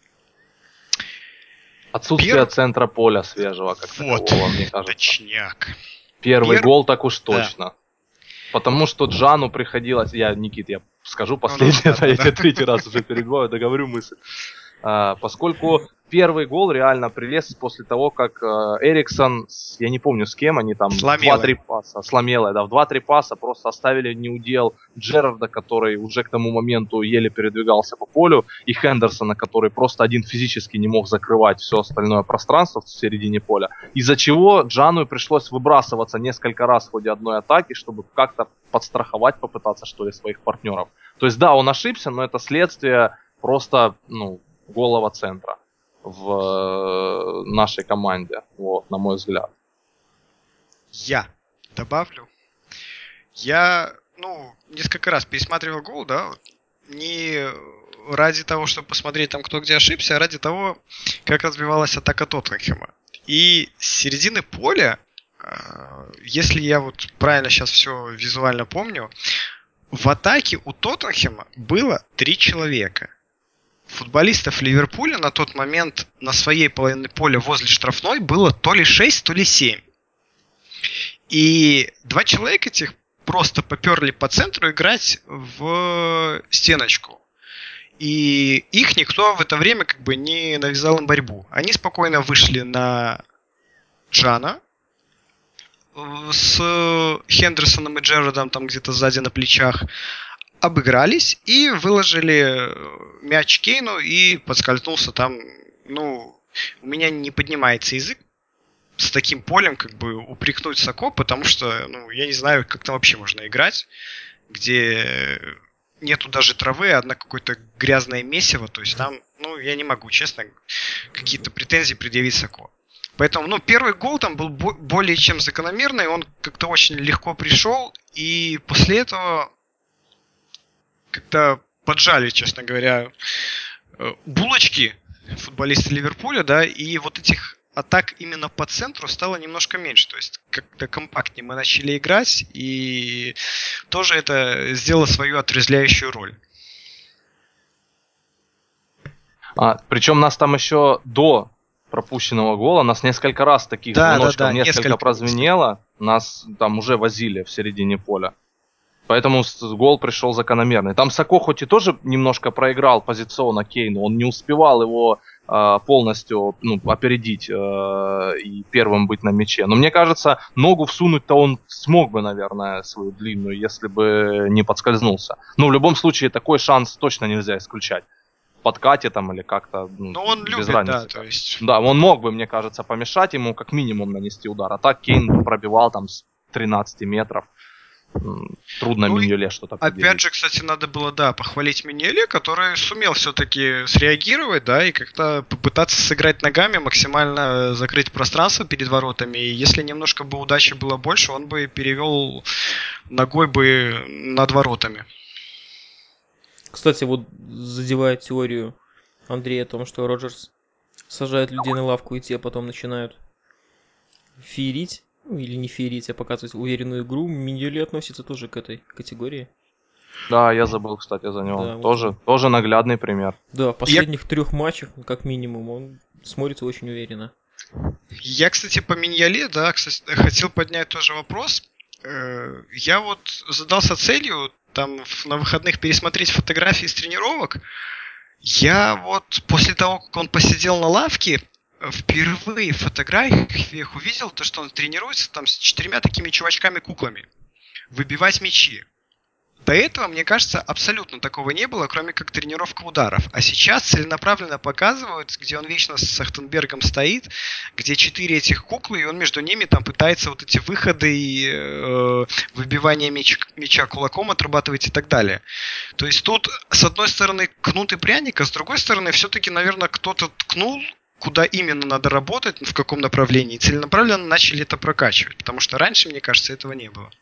Отсутствие Перв- центра поля свежего, как Вот, такового, мне кажется. точняк. Первый Пер- гол так уж Да. точно. Потому что Джану приходилось... Я, Никит, я скажу Ну-ну, последнее, да-да-да. я тебе третий раз уже перебиваю, договорю мысль. А, поскольку первый гол реально прилез после того, как э, Эриксон, с- я не помню с кем, они там С в Ламелой. два-три паса, с Ламелой, да, в два-три паса просто оставили неудел Джерарда, который уже к тому моменту еле передвигался по полю, и Хендерсона, который просто один физически не мог закрывать все остальное пространство в середине поля, из-за чего Джану пришлось выбрасываться несколько раз в ходе одной атаки, чтобы как-то подстраховать, попытаться, что ли, своих партнеров. То есть, да, он ошибся, но это следствие просто, ну, голого центра в э, нашей команде, вот, на мой взгляд. Я добавлю. Я, ну, несколько раз пересматривал гол, да, вот, не ради того, чтобы посмотреть там, кто где ошибся, а ради того, как развивалась атака Тоттенхэма. И с середины поля, э, если я вот правильно сейчас все визуально помню, в атаке у Тоттенхэма было три человека. Футболистов Ливерпуля на тот момент на своей половине поля возле штрафной было то ли шесть, то ли семь. И два человека этих просто поперли по центру играть в стеночку. И их никто в это время как бы не навязал им борьбу. Они спокойно вышли на Джана с Хендерсоном и Джерардом там где-то сзади на плечах, обыгрались и выложили мяч Кейну и подскользнулся там. Ну, у меня не поднимается язык с таким полем как бы упрекнуть Сако, потому что, ну, я не знаю, как там вообще можно играть, где нету даже травы, одна какое-то грязное месиво, то есть там, ну, я не могу, честно, какие-то претензии предъявить Сако. Поэтому, ну, первый гол там был бо- более чем закономерный, он как-то очень легко пришел, и после этого как-то поджали, честно говоря, булочки футболисты Ливерпуля, да, и вот этих атак именно по центру стало немножко меньше. То есть как-то компактнее мы начали играть, и тоже это сделало свою отрезвляющую роль. А, причем нас там еще до пропущенного гола, нас несколько раз таких Да, звоночков да, да, несколько, несколько, прозвенело, нас там уже возили в середине поля. Поэтому с- гол пришел закономерный. Там Сако хоть и тоже немножко проиграл позиционно Кейну, он не успевал его э, полностью, ну, опередить э, и первым быть на мяче. Но мне кажется, ногу всунуть-то он смог бы, наверное, свою длинную, если бы не подскользнулся. Но в любом случае такой шанс точно нельзя исключать. В подкате там или как-то, ну, Но он без любит, разницы. да, то есть... Да, он мог бы, мне кажется, помешать ему как минимум нанести удар. А так Кейн пробивал там с тринадцати метров. Трудно Ну и Миньоле что-то опять предъявить. же, кстати, надо было, да, похвалить Миньоле, который сумел все-таки среагировать, да, и как-то попытаться сыграть ногами, максимально закрыть пространство перед воротами. И если немножко бы удачи было больше, он бы перевел ногой бы над воротами. Кстати, вот задевая теорию Андрея о том, что Роджерс сажает людей на лавку, и те потом начинают феерить, ну или не феерить, а показывать уверенную игру, Миньоле относится тоже к этой категории. Да, я забыл, кстати, за него. Да, вот тоже, он. тоже наглядный пример. Да, в последних трех матчах, как минимум, он смотрится очень уверенно. Я, кстати, по Миньоле, да, кстати, хотел поднять тоже вопрос. Э, Я вот задался целью там в- на выходных пересмотреть фотографии с тренировок. Я вот после того, как он посидел на лавке, э, впервые в фотографиях увидел то, что он тренируется там с четырьмя такими чувачками-куклами. Выбивать мячи. До этого, мне кажется, абсолютно такого не было, кроме как тренировка ударов. А сейчас целенаправленно показывают, где он вечно с Ахтенбергом стоит, где четыре этих куклы, и он между ними там пытается вот эти выходы и э, выбивание мяч, мяча кулаком отрабатывать и так далее. То есть тут, с одной стороны, кнут и пряник, а с другой стороны, все-таки, наверное, кто-то ткнул, куда именно надо работать, в каком направлении, и целенаправленно начали это прокачивать. Потому что раньше, мне кажется, этого не было.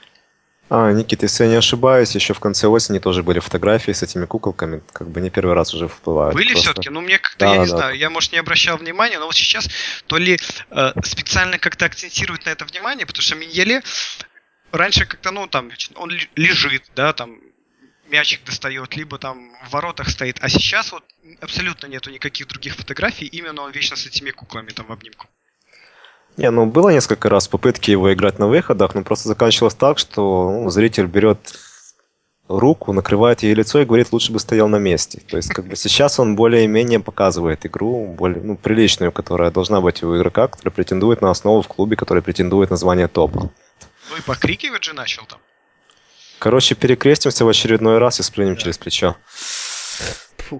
А, Никита, если я не ошибаюсь, еще в конце осени тоже были фотографии с этими куколками, как бы не первый раз уже всплывают. Были просто. все-таки? Ну, мне как-то, да, я да, не да. знаю, я, может, не обращал внимания, но вот сейчас то ли э, специально как-то акцентируют на это внимание, потому что Миньеле раньше как-то, ну, там, он лежит, да, там, мячик достает, либо там в воротах стоит, а сейчас вот абсолютно нету никаких других фотографий, именно он вечно с этими куклами там в обнимку. Не, ну было несколько раз попытки его играть на выходах, но просто заканчивалось так, что ну, зритель берет руку, накрывает ей лицо и говорит, лучше бы стоял на месте. То есть как бы сейчас он более-менее показывает игру, более, ну, приличную, которая должна быть у игрока, который претендует на основу в клубе, который претендует на звание топа. Ну и покрикивать же начал там. Короче, перекрестимся в очередной раз и сплюнем Да. через плечо. Фу.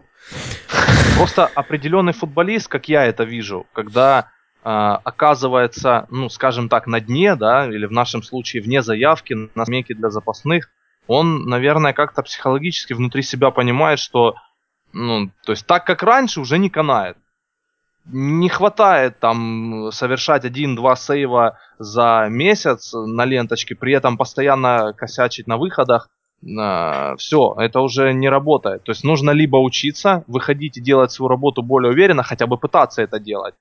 Просто определенный футболист, как я это вижу, когда э, оказывается, ну, скажем так, на дне, да, или в нашем случае вне заявки, на скамейке для запасных, он, наверное, как-то психологически внутри себя понимает, что, ну, то есть так, как раньше, уже не канает. Не хватает там совершать один-два сейва за месяц на ленточке, при этом постоянно косячить на выходах. Все, это уже не работает. То есть нужно либо учиться, выходить и делать свою работу более уверенно, хотя бы пытаться это делать,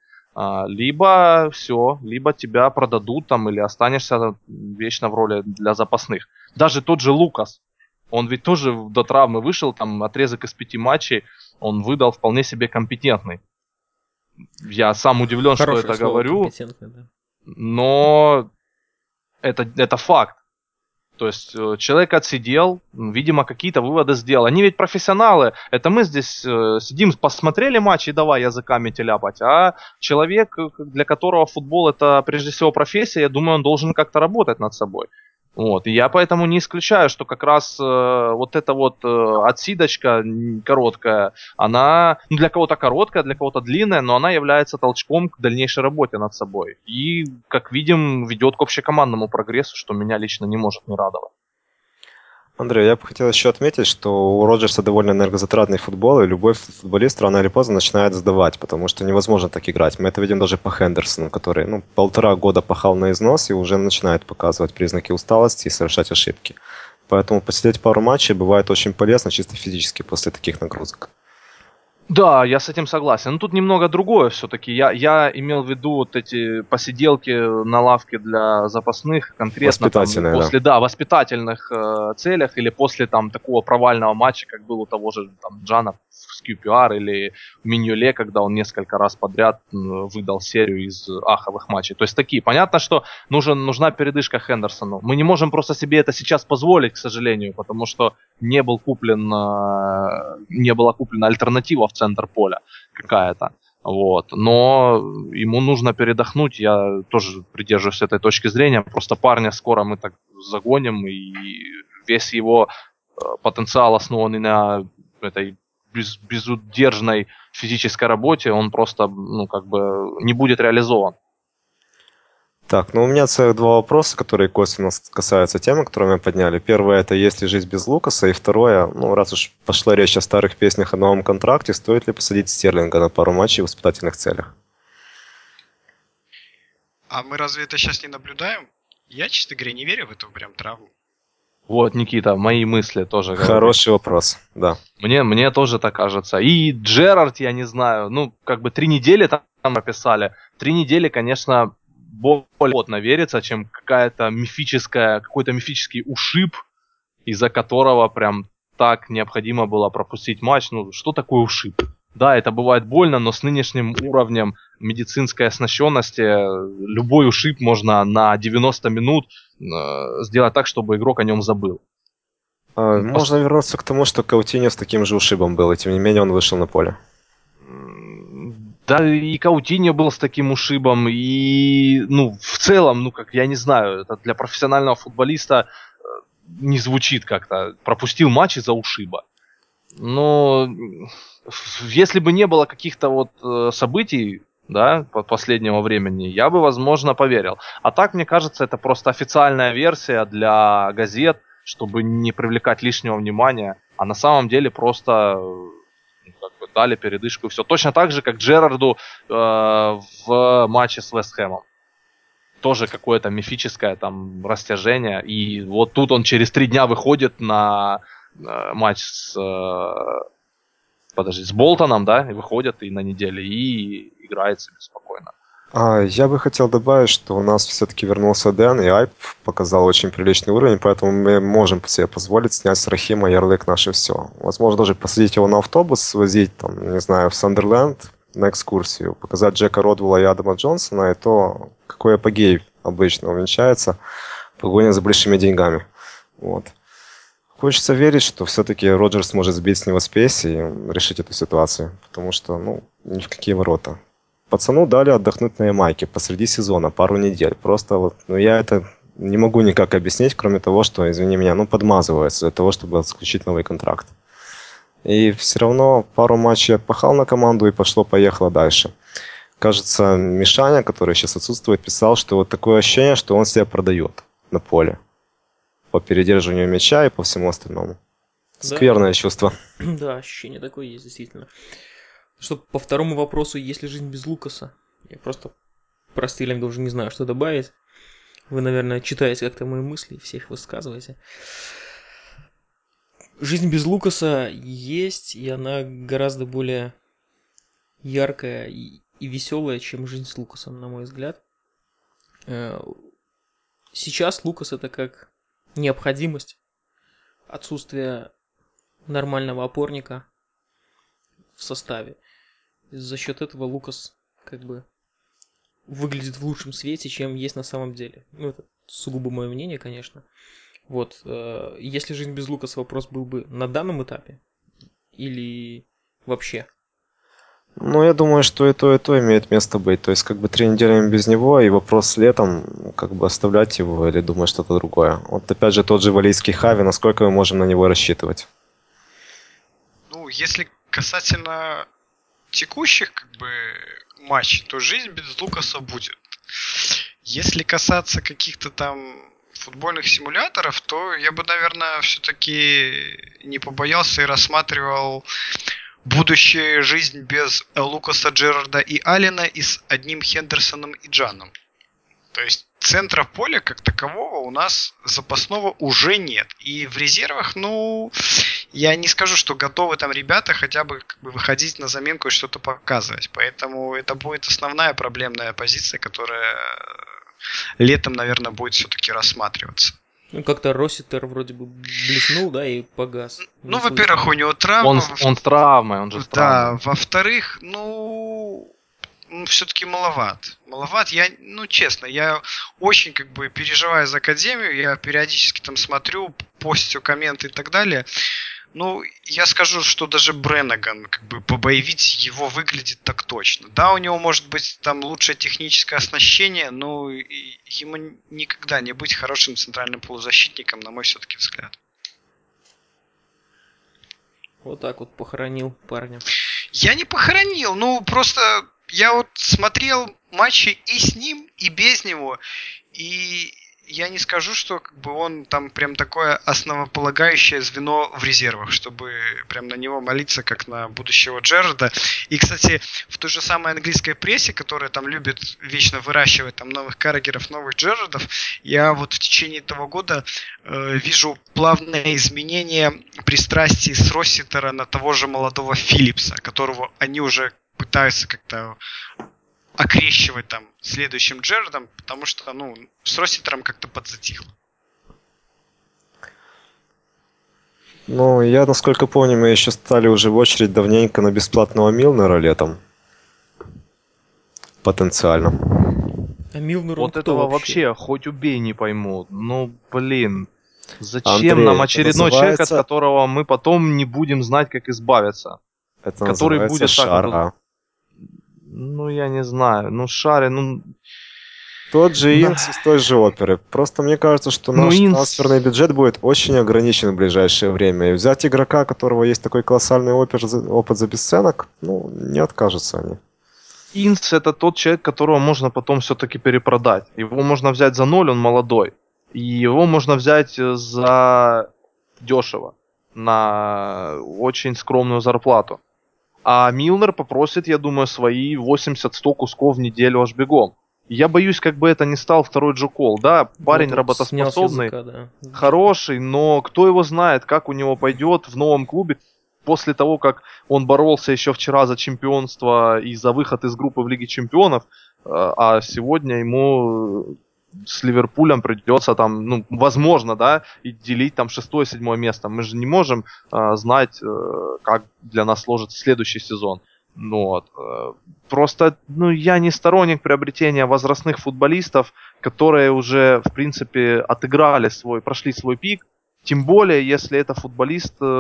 либо все, либо тебя продадут там или останешься вечно в роли для запасных. Даже тот же Лукас, он ведь тоже до травмы вышел, там отрезок из пяти матчей, он выдал вполне себе компетентный. Я сам удивлен, Хорошее что это слово, говорю, компетентный, да. но это, это факт. То есть э, человек отсидел, видимо, какие-то выводы сделал. Они ведь профессионалы. Это мы здесь э, сидим, посмотрели матч и давай языками теляпать. А человек, для которого футбол это прежде всего профессия, я думаю, он должен как-то работать над собой. Вот. И я поэтому не исключаю, что как раз э, вот эта вот э, отсидочка короткая, она ну, для кого-то короткая, для кого-то длинная, но она является толчком к дальнейшей работе над собой. И, как видим, ведет к общекомандному прогрессу, что меня лично не может не радовать. Андрей, я бы хотел еще отметить, что у Роджерса довольно энергозатратный футбол, и любой футболист рано или поздно начинает сдавать, потому что невозможно так играть. Мы это видим даже по Хендерсону, который ну, полтора года пахал на износ и уже начинает показывать признаки усталости и совершать ошибки. Поэтому посидеть пару матчей бывает очень полезно чисто физически после таких нагрузок. Да, я с этим согласен. Но тут немного другое все-таки. Я, я имел в виду вот эти посиделки на лавке для запасных, конкретно там Воспитательные, после, да, воспитательных э, целях или после там такого провального матча, как был у того же там Джана с кью пи ар или Миньоле, когда он несколько раз подряд э, выдал серию из аховых матчей. То есть такие. Понятно, что нужен, нужна передышка Хендерсону. Мы не можем просто себе это сейчас позволить, к сожалению, потому что не был куплен, э, не была куплена альтернатива в центр поля какая-то. Вот. Но ему нужно передохнуть. Я тоже придерживаюсь этой точки зрения. Просто парня скоро мы так загоним, и весь его потенциал, основанный на этой без, безудержной физической работе, он просто ну, как бы не будет реализован. Так, ну у меня целых два вопроса, которые косвенно касаются темы, которую мы подняли. Первое, это есть ли жизнь без Лукаса? И второе, ну раз уж пошла речь о старых песнях о новом контракте, стоит ли посадить Стерлинга на пару матчей в воспитательных целях? А мы разве это сейчас не наблюдаем? Я, честно говоря, не верю в эту прям травму. Вот, Никита, мои мысли тоже. Хороший говорит. Вопрос, да. Мне, мне тоже так кажется. И Джерард, я не знаю, ну, как бы три недели там описали. Три недели, конечно, более плотно верится, чем какая-то мифическая, какой-то мифический ушиб, из-за которого прям так необходимо было пропустить матч. Ну, что такое ушиб? Да, это бывает больно, но с нынешним уровнем медицинской оснащенности любой ушиб можно на девяносто минут э, сделать так, чтобы игрок о нем забыл. А, можно вернуться к тому, что Каутиньо с таким же ушибом был, и тем не менее он вышел на поле. Да, и Каутиньо был с таким ушибом, и, ну, в целом, ну, как, я не знаю, это для профессионального футболиста не звучит как-то. Пропустил матч из-за ушиба. Но если бы не было каких-то вот событий, да, последнего времени, я бы, возможно, поверил. А так, мне кажется, это просто официальная версия для газет, чтобы не привлекать лишнего внимания. А на самом деле просто как бы, дали передышку и все. Точно так же, как Джерарду э, в матче с Вест Хэмом. Тоже какое-то мифическое там растяжение. И вот тут он через три дня выходит на э, матч с... Э, подожди, с Болтоном, да, и выходит и на неделе, и играет себе спокойно. А, я бы хотел добавить, что у нас все-таки вернулся Дэн, и Айп показал очень приличный уровень, поэтому мы можем себе позволить снять с Рахима ярлык «Наше все». Возможно, даже посадить его на автобус, свозить, там, не знаю, в Сандерленд на экскурсию, показать Джека Родвелла и Адама Джонсона, и то, какой апогей обычно увенчается погоня за большими деньгами. Вот. Хочется верить, что все-таки Роджерс сможет сбить с него спесь и решить эту ситуацию, потому что, ну, ни в какие ворота. Пацану дали отдохнуть на Ямайке посреди сезона, пару недель. Просто вот, ну, я это не могу никак объяснить, кроме того, что, извини меня, ну, подмазывается для того, чтобы заключить новый контракт. И все равно пару матчей отпахал на команду и пошло-поехало дальше. Кажется, Мишаня, который сейчас отсутствует, писал, что вот такое ощущение, что он себя продает на поле. По передерживанию мяча и по всему остальному. Скверное да. чувство. Да, ощущение такое есть, действительно. Что по второму вопросу, есть ли жизнь без Лукаса? Я просто про Стиллинга уже не знаю, что добавить. Вы, наверное, читаете как-то мои мысли, всех высказываете. Жизнь без Лукаса есть, и она гораздо более яркая и, и веселая, чем жизнь с Лукасом, на мой взгляд. Сейчас Лукас это как необходимость, отсутствие нормального опорника в составе. За счет этого Лукас как бы выглядит в лучшем свете, чем есть на самом деле. Ну, это сугубо мое мнение, конечно. Вот. Э, если жизнь без Лукаса, вопрос был бы на данном этапе или вообще? Ну, я думаю, что и то, и то имеет место быть. То есть, как бы три недели без него, и вопрос летом, как бы оставлять его или думать что-то другое. Вот опять же тот же валийский Хави, насколько мы можем на него рассчитывать? Ну, если касательно текущих как бы матчей, то жизнь без Лукаса будет. Если касаться каких-то там футбольных симуляторов, то я бы, наверное, все-таки не побоялся и рассматривал будущая жизнь без Лукаса, Джерарда и Аллена и с одним Хендерсоном и Джаном. То есть центра поля как такового у нас запасного уже нет. И в резервах, ну, я не скажу, что готовы там ребята хотя бы, как бы выходить на заменку и что-то показывать. Поэтому это будет основная проблемная позиция, которая летом, наверное, будет все-таки рассматриваться. Ну, как-то Росситер вроде бы блеснул, да, и погас. Ну, во-первых, у него травма. Он, он с травмой, он же с травмой. Да, во-вторых, ну... Ну, все-таки маловат. Маловат. Я, ну, честно, я очень как бы переживаю за Академию. Я периодически там смотрю, постю комменты и так далее. Ну, я скажу, что даже Бреннаган, как бы, побоевить его выглядит так точно. Да, у него может быть там лучшее техническое оснащение, но ему никогда не быть хорошим центральным полузащитником, на мой все-таки взгляд. Вот так вот похоронил парня. Я не похоронил, ну, просто... Я вот смотрел матчи и с ним, и без него, и я не скажу, что как бы он там прям такое основополагающее звено в резервах, чтобы прям на него молиться, как на будущего Джерарда. И, кстати, в той же самой английской прессе, которая там любит вечно выращивать там новых Каррагеров, новых Джерардов, я вот в течение этого года э, вижу плавное изменение пристрастий с Росситера на того же молодого Филлипса, которого они уже пытаются как-то окрещивать там следующим Джерардом, потому что, ну, с Росситером как-то подзатихло. Ну, я, насколько помню, мы еще стали уже в очередь давненько на бесплатного Милнера летом. Потенциально. А Милнер вот этого вообще? вообще хоть убей не пойму. Ну, блин. Зачем Андрей, нам очередной называется... человек, от которого мы потом не будем знать, как избавиться? Это который будет Шара. так вот... Ну, я не знаю. Ну, Шаре, ну... Тот же Инс из той же оперы. Просто мне кажется, что Ну, наш Инс- трансферный бюджет будет очень ограничен в ближайшее время. И взять игрока, у которого есть такой колоссальный опер- за- опыт за бесценок, ну, не откажутся они. Инс это тот человек, которого можно потом все-таки перепродать. Его можно взять за ноль, он молодой. И его можно взять э, за дешево, на очень скромную зарплату. А Милнер попросит, я думаю, свои восемьдесят-сто кусков в неделю аж бегом. И я боюсь, как бы это не стал второй Джо Кол. Да, парень Вот вот снял с работоспособный, языка, да. хороший, но кто его знает, как у него пойдет в новом клубе после того, как он боролся еще вчера за чемпионство и за выход из группы в Лиге Чемпионов, э, а сегодня ему с Ливерпулем придется там, ну, возможно, да, и делить там шестое-седьмое место. Мы же не можем э, знать, э, как для нас сложится следующий сезон. Ну, вот. э, Просто, ну, я не сторонник приобретения возрастных футболистов, которые уже, в принципе, отыграли свой, прошли свой пик. Тем более, если это футболист, э,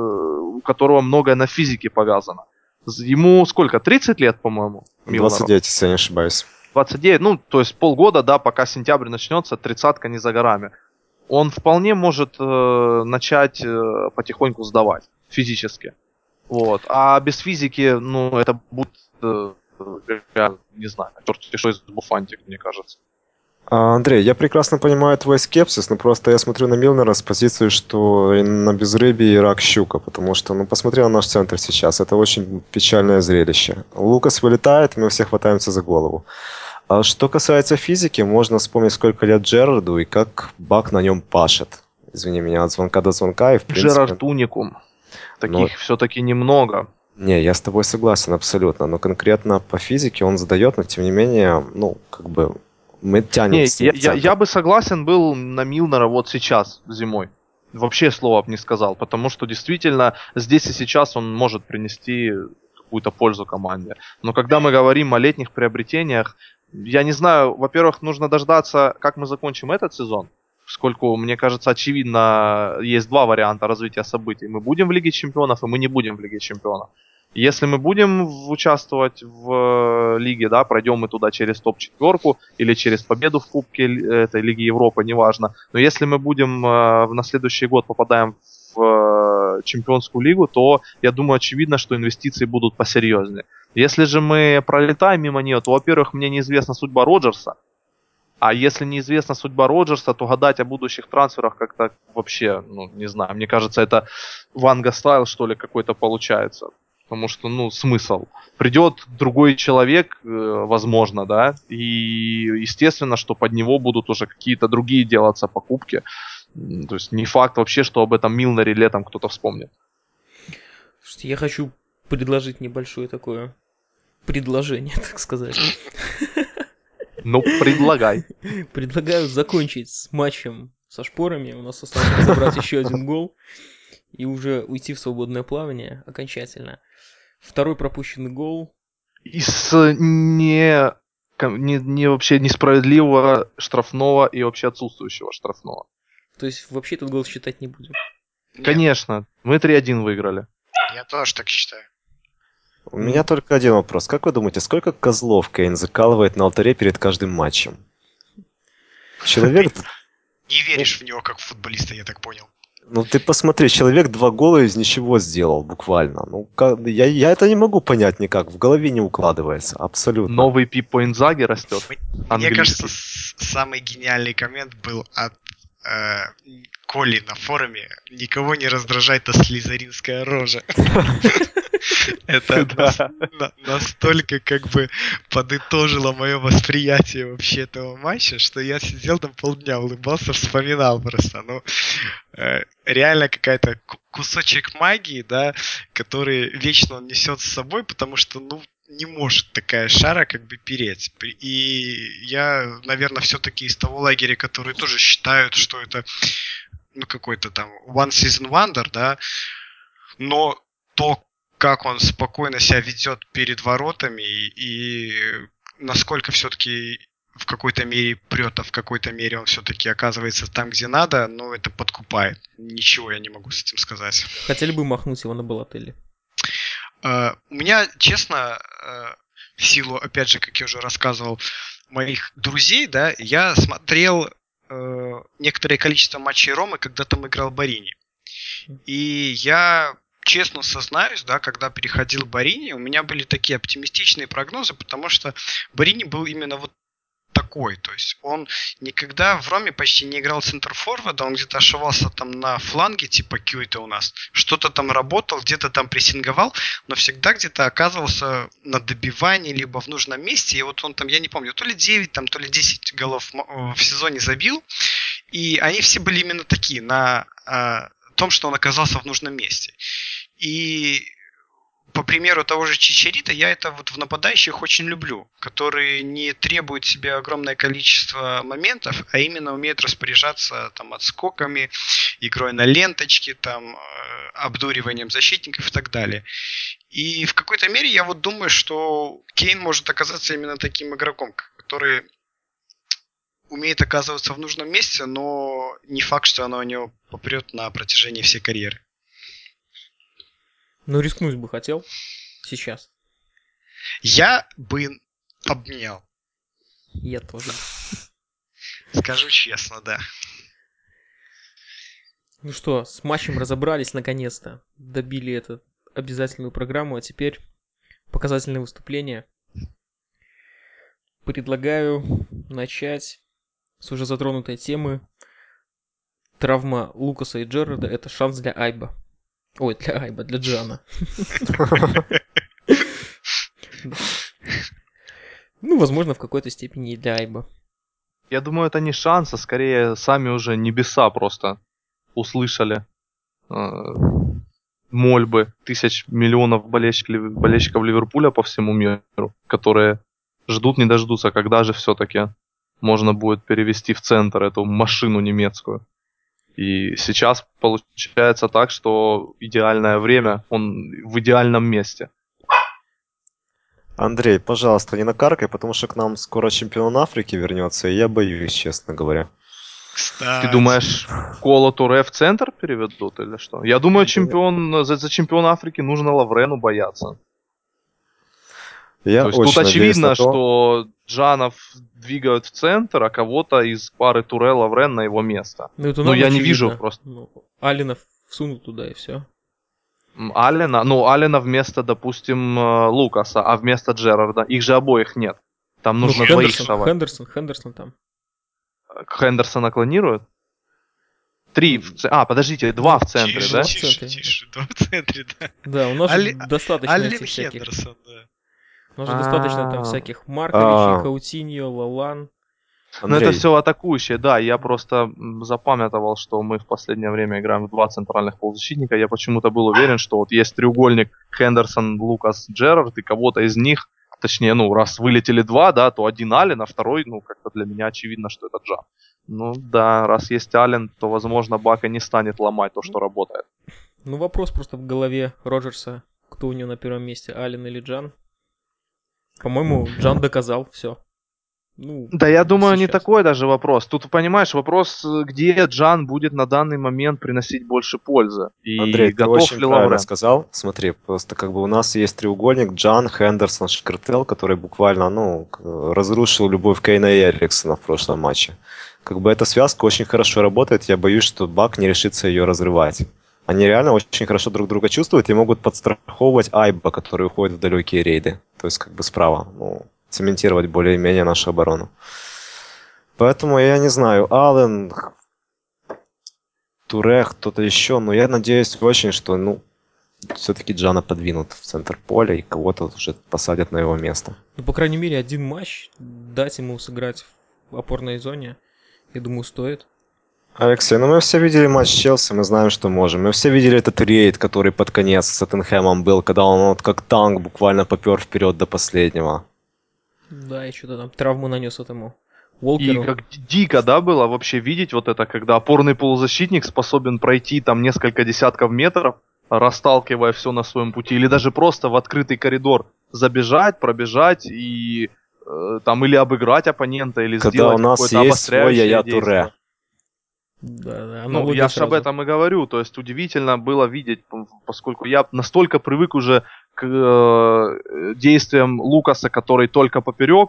у которого многое на физике повязано. З- Ему сколько? тридцать лет, по-моему, Милнеру? двадцать девять, если я не ошибаюсь. двадцать девять, ну, то есть полгода, да, пока сентябрь начнется, тридцатка не за горами. Он вполне может э, начать э, потихоньку сдавать физически. Вот. А без физики, ну, это будет, э, я не знаю, черт что из буфантик, мне кажется. А, Андрей, я прекрасно понимаю твой скепсис, но просто я смотрю на Милнера с позиции, что и на безрыбье и рак щука, потому что, ну, посмотри на наш центр сейчас, это очень печальное зрелище. Лукас вылетает, мы все хватаемся за голову. А что касается физики, можно вспомнить, сколько лет Джерарду и как Бак на нем пашет. Извини меня, от звонка до звонка, и в принципе... Джерард Уникум. Таких Но- все-таки немного. Не, я с тобой согласен абсолютно, но конкретно по физике он сдает, но тем не менее, ну, как бы мы тянем Не, с ним я, в я, центр. я бы согласен был на Милнера вот сейчас, зимой. Вообще слова бы не сказал, потому что действительно здесь и сейчас он может принести какую-то пользу команде. Но когда мы говорим о летних приобретениях, я не знаю, во-первых, нужно дождаться, как мы закончим этот сезон, поскольку, мне кажется, очевидно, есть два варианта развития событий. Мы будем в Лиге Чемпионов, и мы не будем в Лиге Чемпионов. Если мы будем в- участвовать в э, лиге, да, пройдем мы туда через топ-четверку или через победу в Кубке э, этой Лиги Европы, неважно. Но если мы будем э, на следующий год попадаем в э, Чемпионскую лигу, то я думаю, очевидно, что инвестиции будут посерьезнее. Если же мы пролетаем мимо нее, то, во-первых, мне неизвестна судьба Роджерса. А если неизвестна судьба Роджерса, то гадать о будущих трансферах как-то вообще, ну, не знаю. Мне кажется, это Ванга стайл, что ли, какой-то получается. Потому что, ну, смысл. Придет другой человек, э, возможно, да, и естественно, что под него будут уже какие-то другие делаться покупки. М, То есть не факт вообще, что об этом Милнере летом кто-то вспомнит. Слушайте, я хочу предложить небольшое такое предложение, так сказать. Ну, предлагай. Предлагаю закончить с матчем со шпорами. У нас осталось забрать еще один гол и уже уйти в свободное плавание окончательно. Второй пропущенный гол. Из э, не, ком- не, не вообще несправедливого штрафного и вообще отсутствующего штрафного. То есть вообще этот гол считать не будем. Нет, Конечно, мы три один выиграли. я тоже так считаю. У меня только один вопрос. Как вы думаете, сколько козлов Кейн закалывает на алтаре перед каждым матчем? Человек... Не веришь в него как в футболиста, я так понял. Ну ты посмотри, человек два гола из ничего сделал, буквально. Ну, как- я, я это не могу понять никак, в голове не укладывается, абсолютно. Новый Пиппо Инзаги растет. Мне Английский. кажется, с- самый гениальный коммент был от э, Коли на форуме. Никого не раздражает та слизеринская рожа. Это нас- на- настолько как бы подытожило мое восприятие вообще этого матча, что я сидел там полдня, улыбался, вспоминал просто. Ну, э, реально какая-то ку- кусочек магии, да, который вечно он несет с собой, потому что, ну, не может такая шара как бы переть. При- И я, наверное, все-таки из того лагеря, которые тоже считают, что это, ну, какой-то там one season wonder, да, но то, как он спокойно себя ведет перед воротами и, и насколько все-таки в какой-то мере прет, а в какой-то мере он все-таки оказывается там, где надо, ну, это подкупает. Ничего я не могу с этим сказать. Хотели бы махнуть его на Балотелли. Э, У меня, честно, э, в силу, опять же, как я уже рассказывал, моих друзей, да, я смотрел э, некоторое количество матчей Ромы, когда там играл Борини. И я честно сознаюсь, да, когда переходил к Борини, у меня были такие оптимистичные прогнозы, потому что Борини был именно вот такой, то есть он никогда в Роме почти не играл центр-форварда, он где-то ошивался там на фланге, типа Кьюита у нас, что-то там работал, где-то там прессинговал, но всегда где-то оказывался на добивании, либо в нужном месте, и вот он там, я не помню, то ли девять, там, то ли десять голов в сезоне забил, и они все были именно такие, на а, том, что он оказался в нужном месте. И по примеру того же Чичарита, я это вот в нападающих очень люблю, которые не требуют себе огромное количество моментов, а именно умеют распоряжаться там отскоками, игрой на ленточке, там, обдуриванием защитников и так далее. И в какой-то мере я вот думаю, что Кейн может оказаться именно таким игроком, который умеет оказываться в нужном месте, но не факт, что оно у него попрет на протяжении всей карьеры. Ну, рискнуть бы хотел сейчас. Я бы обменял. Я тоже. Скажу честно, да. Ну что, с матчем разобрались наконец-то. Добили эту обязательную программу, а теперь показательное выступление. Предлагаю начать с уже затронутой темы. Травма Лукаса и Джерарда – это шанс для Айба. Ой, для Айба, для Джана. Ну, возможно, в какой-то степени и для Айба. Я думаю, это не шанс, а скорее сами уже небеса просто услышали э, мольбы тысяч миллионов болельщиков, болельщиков Ливерпуля по всему миру, которые ждут не дождутся, когда же все-таки можно будет перевести в центр эту машину немецкую. И сейчас получается так, что идеальное время, он в идеальном месте. Андрей, пожалуйста, не накаркай, потому что к нам скоро чемпион Африки вернется, и я боюсь, честно говоря. Кстати. Ты думаешь, Коло Туре в центр переведут или что? Я думаю, чемпион, за, за чемпиона Африки нужно Лаврену бояться. Я то есть очень тут очевидно, на то, что Джанов двигают в центр, а кого-то из пары Туре Лаврен на его место. Ну, это Но нам я не очевидно. вижу просто. Ну, Алина всунут туда и все. Алина, ну, Алина вместо, допустим, Лукаса, а вместо Джерарда. Их же обоих нет. Там нужно ну, двоих Хендерсон, совать. Хендерсон, Хендерсон там. Хендерсона клонируют? Три в ц... А, подождите, два Ну, в центре, тише, да? в Тише, центре. тише, два в центре, да. Да, у нас Али... же достаточно Аллен этих всяких. Хендерсон, да. У нас же достаточно там всяких Марковичей, Каутиньо, Лалан. Ну, это все атакующие, да. Я просто запамятовал, что мы в последнее время играем в два центральных полузащитника. Я почему-то был уверен, что вот есть треугольник Хендерсон, Лукас, Джерард, и кого-то из них, точнее, ну, раз вылетели два, да, то один Аллен, а второй, ну, как-то для меня очевидно, что это Джан. Ну, да, раз есть Аллен, то, возможно, Бака не станет ломать то, что работает. Ну, вопрос просто в голове Роджерса, кто у него на первом месте, Аллен или Джан. По-моему, Джан доказал все. Ну, да, я думаю, сейчас. не такой даже вопрос. Тут, понимаешь, вопрос, где Джан будет на данный момент приносить больше пользы. И Андрей, ты готов очень ли правильно Лаврен? сказал. Смотри, просто как бы у нас есть треугольник Джан, Хендерсон, Шкартел, который буквально, ну, разрушил любовь Кейна и Эриксона в прошлом матче. Как бы эта связка очень хорошо работает. Я боюсь, что Бак не решится ее разрывать. Они реально очень хорошо друг друга чувствуют и могут подстраховывать Айба, который уходит в далекие рейды. То есть как бы справа. Ну, цементировать более-менее нашу оборону. Поэтому я не знаю, Аллен, Туре, кто-то еще, но я надеюсь очень, что, ну, все-таки Джана подвинут в центр поля и кого-то уже посадят на его место. Ну, по крайней мере, один матч дать ему сыграть в опорной зоне, я думаю, стоит. Алексей, ну мы все видели матч Челси, мы знаем, что можем. Мы все видели этот рейд, который под конец с Тоттенхэмом был, когда он вот как танк буквально попер вперед до последнего. Да, и что-то там травму нанес этому И Уолкеру. как дико, да, было вообще видеть вот это, когда опорный полузащитник способен пройти там несколько десятков метров, расталкивая все на своем пути, или даже просто в открытый коридор забежать, пробежать и э, там или обыграть оппонента, или Когда сделать у нас какое-то есть свой обостряющее Яя действие. Туре. Да, да, Ну, я же об этом и говорю, то есть удивительно было видеть, поскольку я настолько привык уже к э, действиям Лукаса, который только поперек,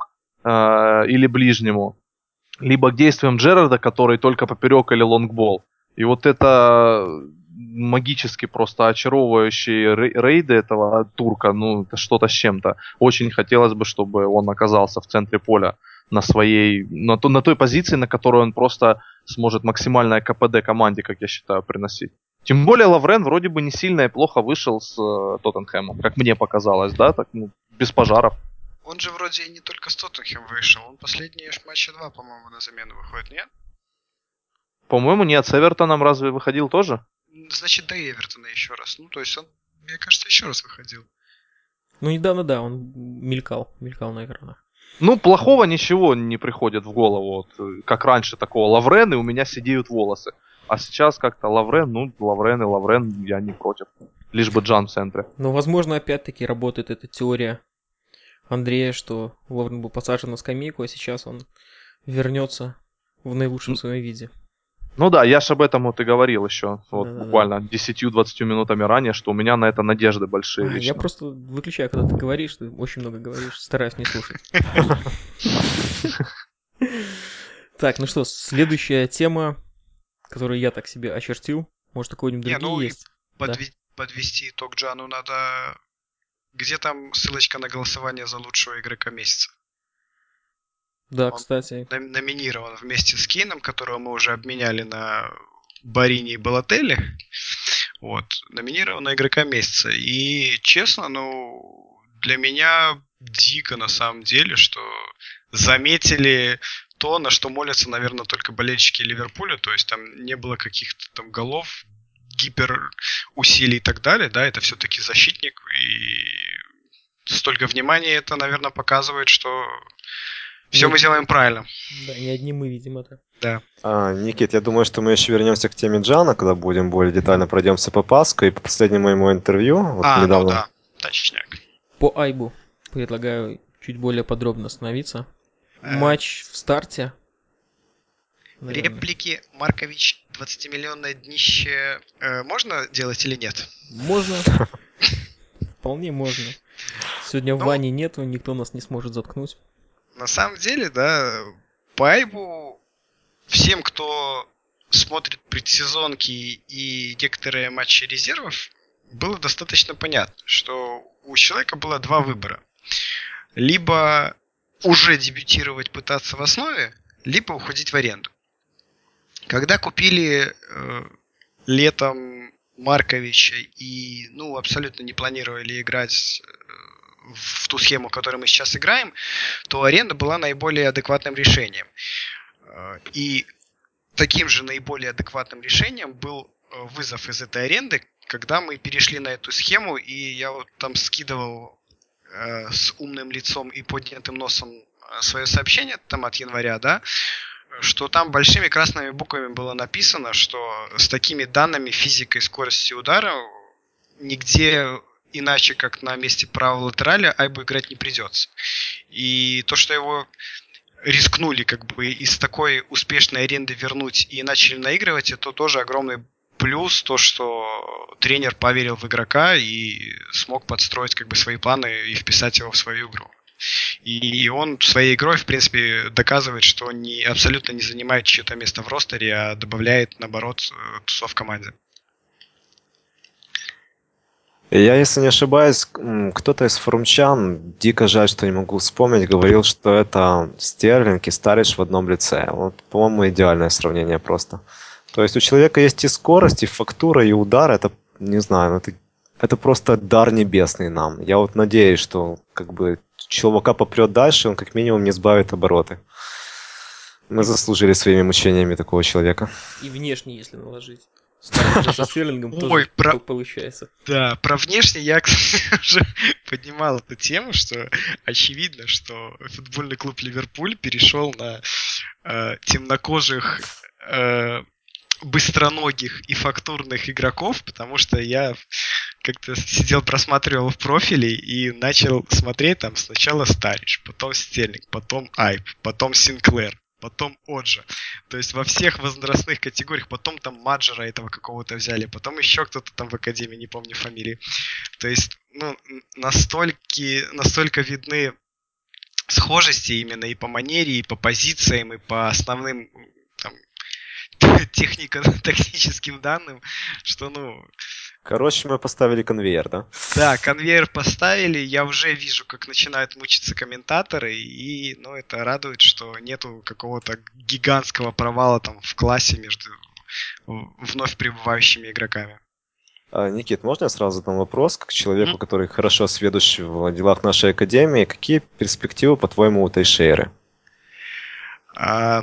э, или ближнему, либо к действиям Джерарда, который только поперек или лонгбол. И вот это магически просто очаровывающие рейды этого турка, ну, это что-то с чем-то. Очень хотелось бы, чтобы он оказался в центре поля на своей, на, то, на той позиции, на которой он просто сможет максимальное КПД команде, как я считаю, приносить. Тем более Лаврен вроде бы не сильно и плохо вышел с э, Тоттенхэмом, как мне показалось, да, так, ну, без пожаров. Он же вроде и не только с Тоттенхэм вышел, он последние матча два, по-моему, на замену выходит, нет? По-моему, нет, с Эвертоном разве выходил тоже? Значит, до Эвертона еще раз. Ну, то есть он, мне кажется, еще раз выходил. Ну, недавно, да, он мелькал, мелькал на экранах. Ну, плохого ничего не приходит в голову. Вот, как раньше такого Лаврен, и у меня сидеют волосы. А сейчас как-то Лаврен, ну, Лаврен и Лаврен, я не против. Лишь бы Джан в центре. Ну, возможно, опять-таки работает эта теория Андрея, что Лаврен был посажен на скамейку, а сейчас он вернется в наилучшем своем виде. Ну да, я же об этом вот и говорил еще, вот Да-да-да. буквально десять-двадцать минутами ранее, что у меня на это надежды большие А, лично. я просто выключаю, когда ты говоришь, ты очень много говоришь, стараюсь не слушать. Так, ну что, следующая тема, которую я так себе очертил, может, у кого-нибудь Не, другие ну и есть? подве- подвести итог Джану надо... Где там ссылочка на голосование за лучшего игрока месяца? Да, Он кстати. Ном- Номинирован вместе с Кейном, которого мы уже обменяли на Барини и Балотелли. Вот. Номинирован на игрока месяца. И честно, ну, для меня дико на самом деле, что заметили то, на что молятся, наверное, только болельщики Ливерпуля. То есть там не было каких-то там голов, гипер усилий и так далее. Да, это все-таки защитник. И столько внимания это, наверное, показывает, что все Нет. мы делаем правильно. Да, не одни мы видим это. Да. А, Никит, я думаю, что мы еще вернемся к теме Джана, когда будем более детально пройдемся по Паску и по последнему ему интервью. Вот а, недавно... ну да, точняк. По Айбу предлагаю чуть более подробно остановиться. Э, Матч в старте. Наверное. Реплики Маркович, двадцатимиллионное днище. Э, можно делать или нет? Можно. Вполне можно. Сегодня Ну, Вани нету, никто нас не сможет заткнуть. На самом деле, да, по Айбу всем, кто смотрит предсезонки и некоторые матчи резервов, было достаточно понятно, что у человека было два выбора. Либо уже дебютировать, пытаться в основе, либо уходить в аренду. Когда купили э, летом Марковича и, ну, абсолютно не планировали играть э, в ту схему, в которой мы сейчас играем, то аренда была наиболее адекватным решением. Э, и таким же наиболее адекватным решением был э, вызов из этой аренды, когда мы перешли на эту схему, и я вот там скидывал э, с умным лицом и поднятым носом свое сообщение там от января, да, что там большими красными буквами было написано, что с такими данными физикой скорости удара нигде иначе, как на месте правого латераля, Айбу играть не придется. И то, что его рискнули как бы из такой успешной аренды вернуть и начали наигрывать, это тоже огромный плюс, то, что тренер поверил в игрока и смог подстроить как бы свои планы и вписать его в свою игру. И он своей игрой, в принципе, доказывает, что он не, абсолютно не занимает чье-то место в ростере, а добавляет, наоборот, тусов в команде. Я, если не ошибаюсь, кто-то из форумчан, дико жаль, что не могу вспомнить, говорил, что это Стерлинг и Старидж в одном лице. Вот, по-моему, идеальное сравнение просто. То есть у человека есть и скорость, и фактура, и удар. Это, не знаю, это, это просто дар небесный нам. Я вот надеюсь, что как бы чувака попрет дальше, он как минимум не сбавит обороты. Мы заслужили своими мучениями такого человека. И внешне, если наложить. Старидж со Стерлингом тоже Ой, про... получается. Да, про внешне я, кстати, уже поднимал эту тему, что очевидно, что футбольный клуб Ливерпуль перешел на э, темнокожих, э, быстроногих и фактурных игроков, потому что я как-то сидел, просматривал в профили и начал смотреть там сначала Старидж, потом Стерлинг, потом Айб, потом Синклер, потом Оджа. То есть во всех возрастных категориях, потом там Маджера этого какого-то взяли, потом еще кто-то там в академии, не помню фамилии. То есть, ну, настолько, настолько видны схожести именно и по манере, и по позициям, и по основным там, технико-тактическим данным, что, ну... Короче, мы поставили конвейер, да? Да, конвейер поставили, я уже вижу, как начинают мучиться комментаторы, и, ну, это радует, что нету какого-то гигантского провала там в классе между вновь прибывающими игроками. А, Никит, можно я сразу задам вопрос, как человеку, mm-hmm. который хорошо сведущ в делах нашей академии, какие перспективы, по-твоему, у Тейшейры? А,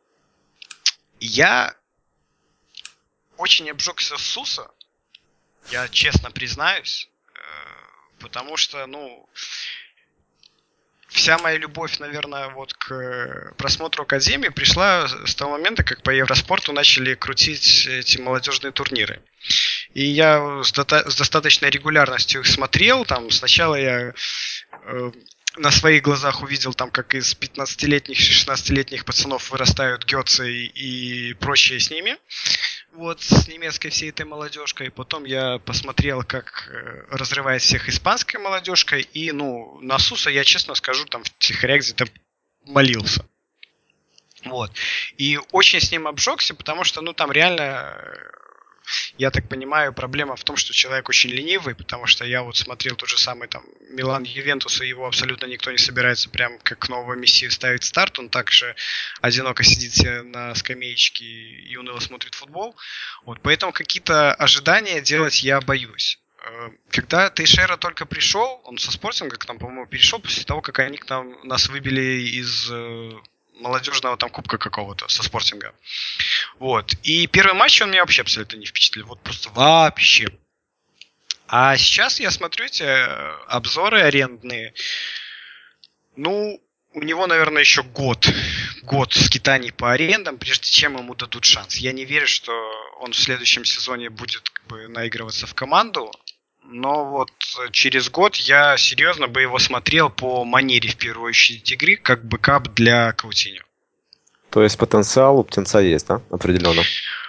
я очень обжегся с Суса, я честно признаюсь, потому что, ну, вся моя любовь, наверное, вот к просмотру Академии пришла с того момента, как по Евроспорту начали крутить эти молодежные турниры. И я с, дота- с достаточной регулярностью их смотрел. Там сначала я э, на своих глазах увидел, там, как из пятнадцатилетних, шестнадцатилетних пацанов вырастают Гёце и, и прочие с ними. Вот, с немецкой всей этой молодежкой. Потом я посмотрел, как разрывает всех испанской молодежкой. И, ну, на Суса, я честно скажу, там втихаря где-то молился. Вот. И очень с ним обжегся, потому что, ну, там реально, я так понимаю, проблема в том, что человек очень ленивый, потому что я вот смотрел тот же самый там Милан Ювентус, и его абсолютно никто не собирается прям как нового мессию ставить старт, он также одиноко сидит себе на скамеечке и уныло смотрит футбол. Вот, поэтому какие-то ожидания делать я боюсь. Когда Тейшейра только пришел, он со Спортинга к нам, по-моему, перешел после того, как они к нам нас выбили из молодежного там кубка какого-то со Спортинга. Вот. И первый матч он меня вообще абсолютно не впечатлил. Вот просто вообще. А сейчас я смотрю эти обзоры арендные. Ну, у него, наверное, еще год. Год скитаний по арендам, прежде чем ему дадут шанс. Я не верю, что он в следующем сезоне будет как бы наигрываться в команду. Но вот через год я серьезно бы его смотрел по манере, в первую очередь, игры, как бэкап для Каутиньо. То есть потенциал у птенца есть, да? Определенно.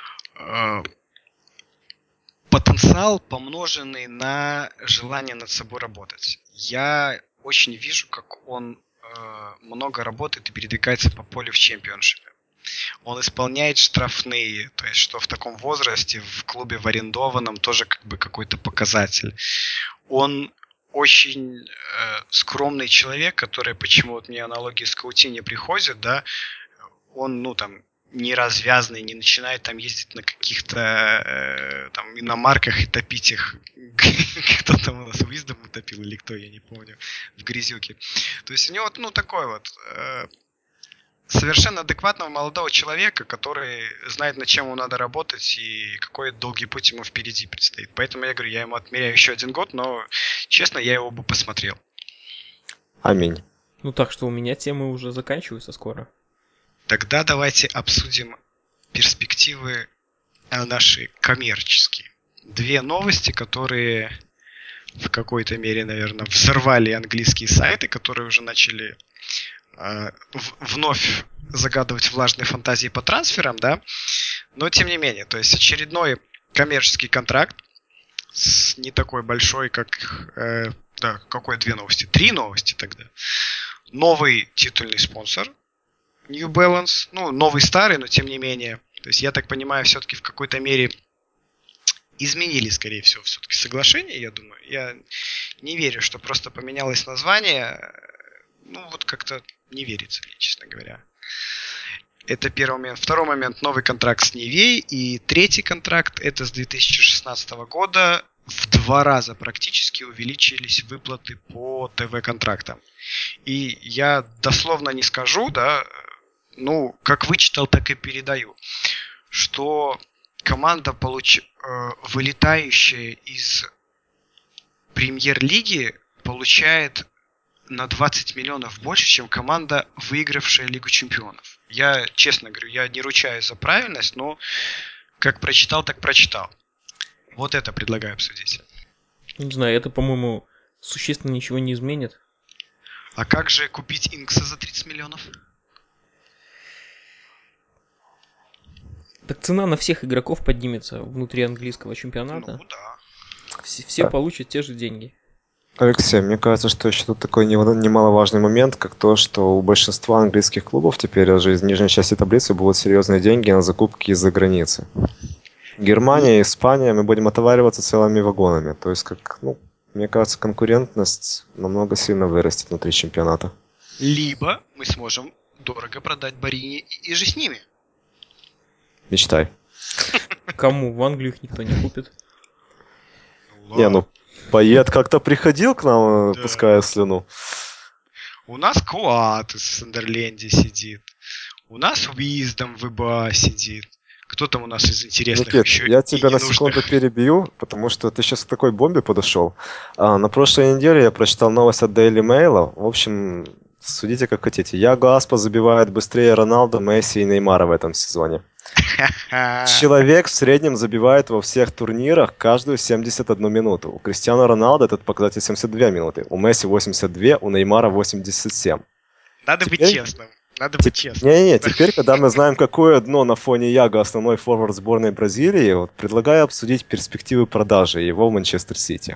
Потенциал, помноженный на желание над собой работать. Я очень вижу, как он э, много работает и передвигается по полю в чемпионшипе. Он исполняет штрафные, то есть что в таком возрасте в клубе в арендованном тоже как бы какой-то показатель. Он очень э, скромный человек, который, почему вот мне аналогии с Каутиньо приходят, да, он, ну, там, не развязный, не начинает там ездить на каких-то э, там иномарках и топить их. Кто там у нас Уиздом утопил или кто, я не помню, в грязюке. То есть у него, ну, такой вот э, совершенно адекватного молодого человека, который знает, над чем ему надо работать и какой долгий путь ему впереди предстоит. Поэтому я говорю, я ему отмеряю еще один год, но, честно, я его бы посмотрел. Аминь. Ну так что у меня темы уже заканчиваются скоро. Тогда давайте обсудим перспективы наши коммерческие. Две новости, которые в какой-то мере, наверное, взорвали английские сайты, которые уже начали э, в- вновь загадывать влажные фантазии по трансферам, да. Но тем не менее, то есть очередной коммерческий контракт с не такой большой, как... Э, да, какой две новости? Три новости тогда. Новый титульный спонсор New Balance, ну, новый старый, но тем не менее. То есть, я так понимаю, все-таки в какой-то мере изменили, скорее всего, все-таки соглашение, я думаю. Я не верю, что просто поменялось название. Ну, вот как-то не верится мне, честно говоря. Это первый момент. Второй момент, новый контракт с Нивей. И третий контракт, это с две тысячи шестнадцатого года. В два раза практически увеличились выплаты по ТВ-контрактам. И я дословно не скажу, да, ну, как вычитал, так и передаю, что команда, получ... э, вылетающая из премьер-лиги, получает на двадцать миллионов больше, чем команда, выигравшая Лигу Чемпионов. Я, честно говорю, я не ручаюсь за правильность, но как прочитал, так прочитал. Вот это предлагаю обсудить. Не знаю, это, по-моему, существенно ничего не изменит. А как же купить Инкса за тридцать миллионов? Так цена на всех игроков поднимется внутри английского чемпионата. Ну да. Все, все получат те же деньги. Алексей, мне кажется, что еще тут такой немаловажный момент, как то, что у большинства английских клубов теперь даже из нижней части таблицы будут серьезные деньги на закупки из-за границы. Германия, Испания, мы будем отовариваться целыми вагонами. То есть, как, ну, мне кажется, конкурентность намного сильно вырастет внутри чемпионата. Либо мы сможем дорого продать Борини и же с ними. Мечтай. Кому? В Англию их никто не купит. Ну, Не, ну, Пайет как-то приходил к нам, Да. пуская слюну. У нас Куат из Сандерленде сидит. У нас Уиздом в ИБА сидит. Кто там у нас из интересных Никит, еще я и тебя на ненужных? секунду перебью, потому что ты сейчас к такой бомбе подошел. А, на прошлой неделе я прочитал новость от Daily Mail. В общем, судите как хотите. Яго Аспа забивает быстрее Роналдо, Месси и Неймара в этом сезоне. Человек в среднем забивает во всех турнирах каждую семьдесят одну минуту. У Криштиану Роналдо этот показатель семьдесят две минуты, у Месси восемьдесят два, у Неймара восемьдесят семь. Надо Теперь- быть честным. Надо быть честным. Не-не-не, теперь, когда мы знаем, какое дно на фоне Яго основной форвард сборной Бразилии, вот, предлагаю обсудить перспективы продажи его в Манчестер Сити.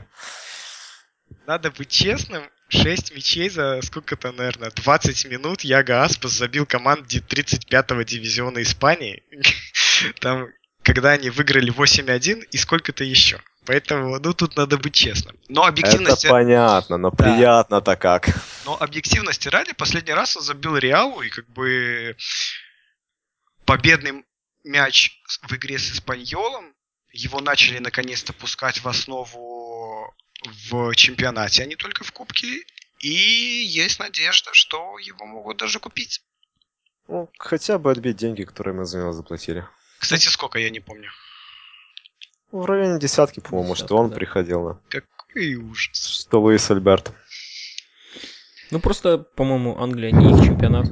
Надо быть честным. шесть мячей за сколько-то, наверное, двадцать минут Яго Аспас забил команде тридцать пятого дивизиона Испании. Там, когда они выиграли восемь один и сколько-то еще. Поэтому, ну, тут надо быть честным. Но Это объективности, понятно, но Да. приятно-то как. но объективности ради, последний раз он забил Реалу, и как бы победный мяч в игре с Испаньолом, его начали наконец-то пускать в основу в чемпионате, а не только в Кубке. И есть надежда, что его могут даже купить. Ну, хотя бы отбить деньги, которые мы за него заплатили. Кстати, сколько, я не помню. В районе десятки, по-моему, Десятка, что он да. приходил, да. Какой ужас. Что Луис Альберт. Ну просто, по-моему, Англия не их чемпионат.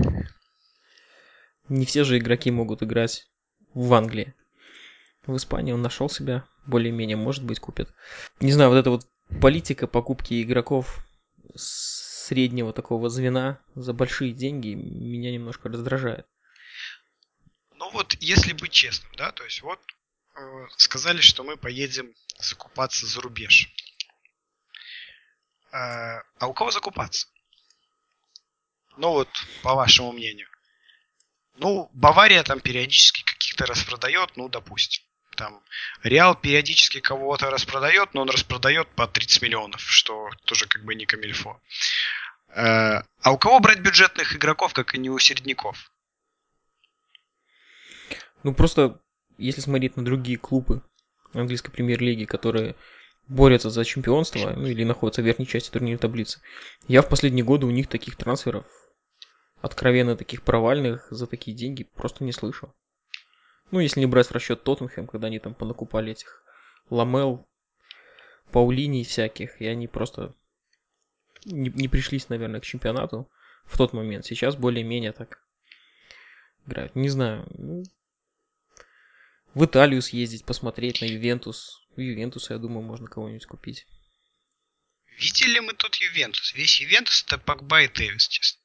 Не все же игроки могут играть в Англии. В Испании он нашел себя, более-менее, может быть, купит. Не знаю, вот эта вот политика покупки игроков среднего такого звена за большие деньги меня немножко раздражает. Ну вот, если быть честным, да, то есть вот э, сказали, что мы поедем закупаться за рубеж. Э, а у кого закупаться? Ну вот, по вашему мнению. Ну, Бавария там периодически каких-то распродает, ну, допустим. Там Реал периодически кого-то распродает, но он распродает по тридцать миллионов, что тоже как бы не камильфо. Э, а у кого брать бюджетных игроков, как и не у середняков? Ну просто, если смотреть на другие клубы английской премьер-лиги, которые борются за чемпионство, ну или находятся в верхней части турнирной таблицы, я в последние годы у них таких трансферов, откровенно таких провальных за такие деньги, просто не слышал. Ну, если не брать в расчет Тоттенхэм, когда они там понакупали этих Ламел, Паулини всяких, и они просто не, не пришлись, наверное, к чемпионату в тот момент. Сейчас более-менее так играют. Не знаю. Ну, в Италию съездить, посмотреть на Ювентус. У Ювентуса, я думаю, можно кого-нибудь купить. Видели мы тут Ювентус? Весь Ювентус это Погба и Дэвис, честно.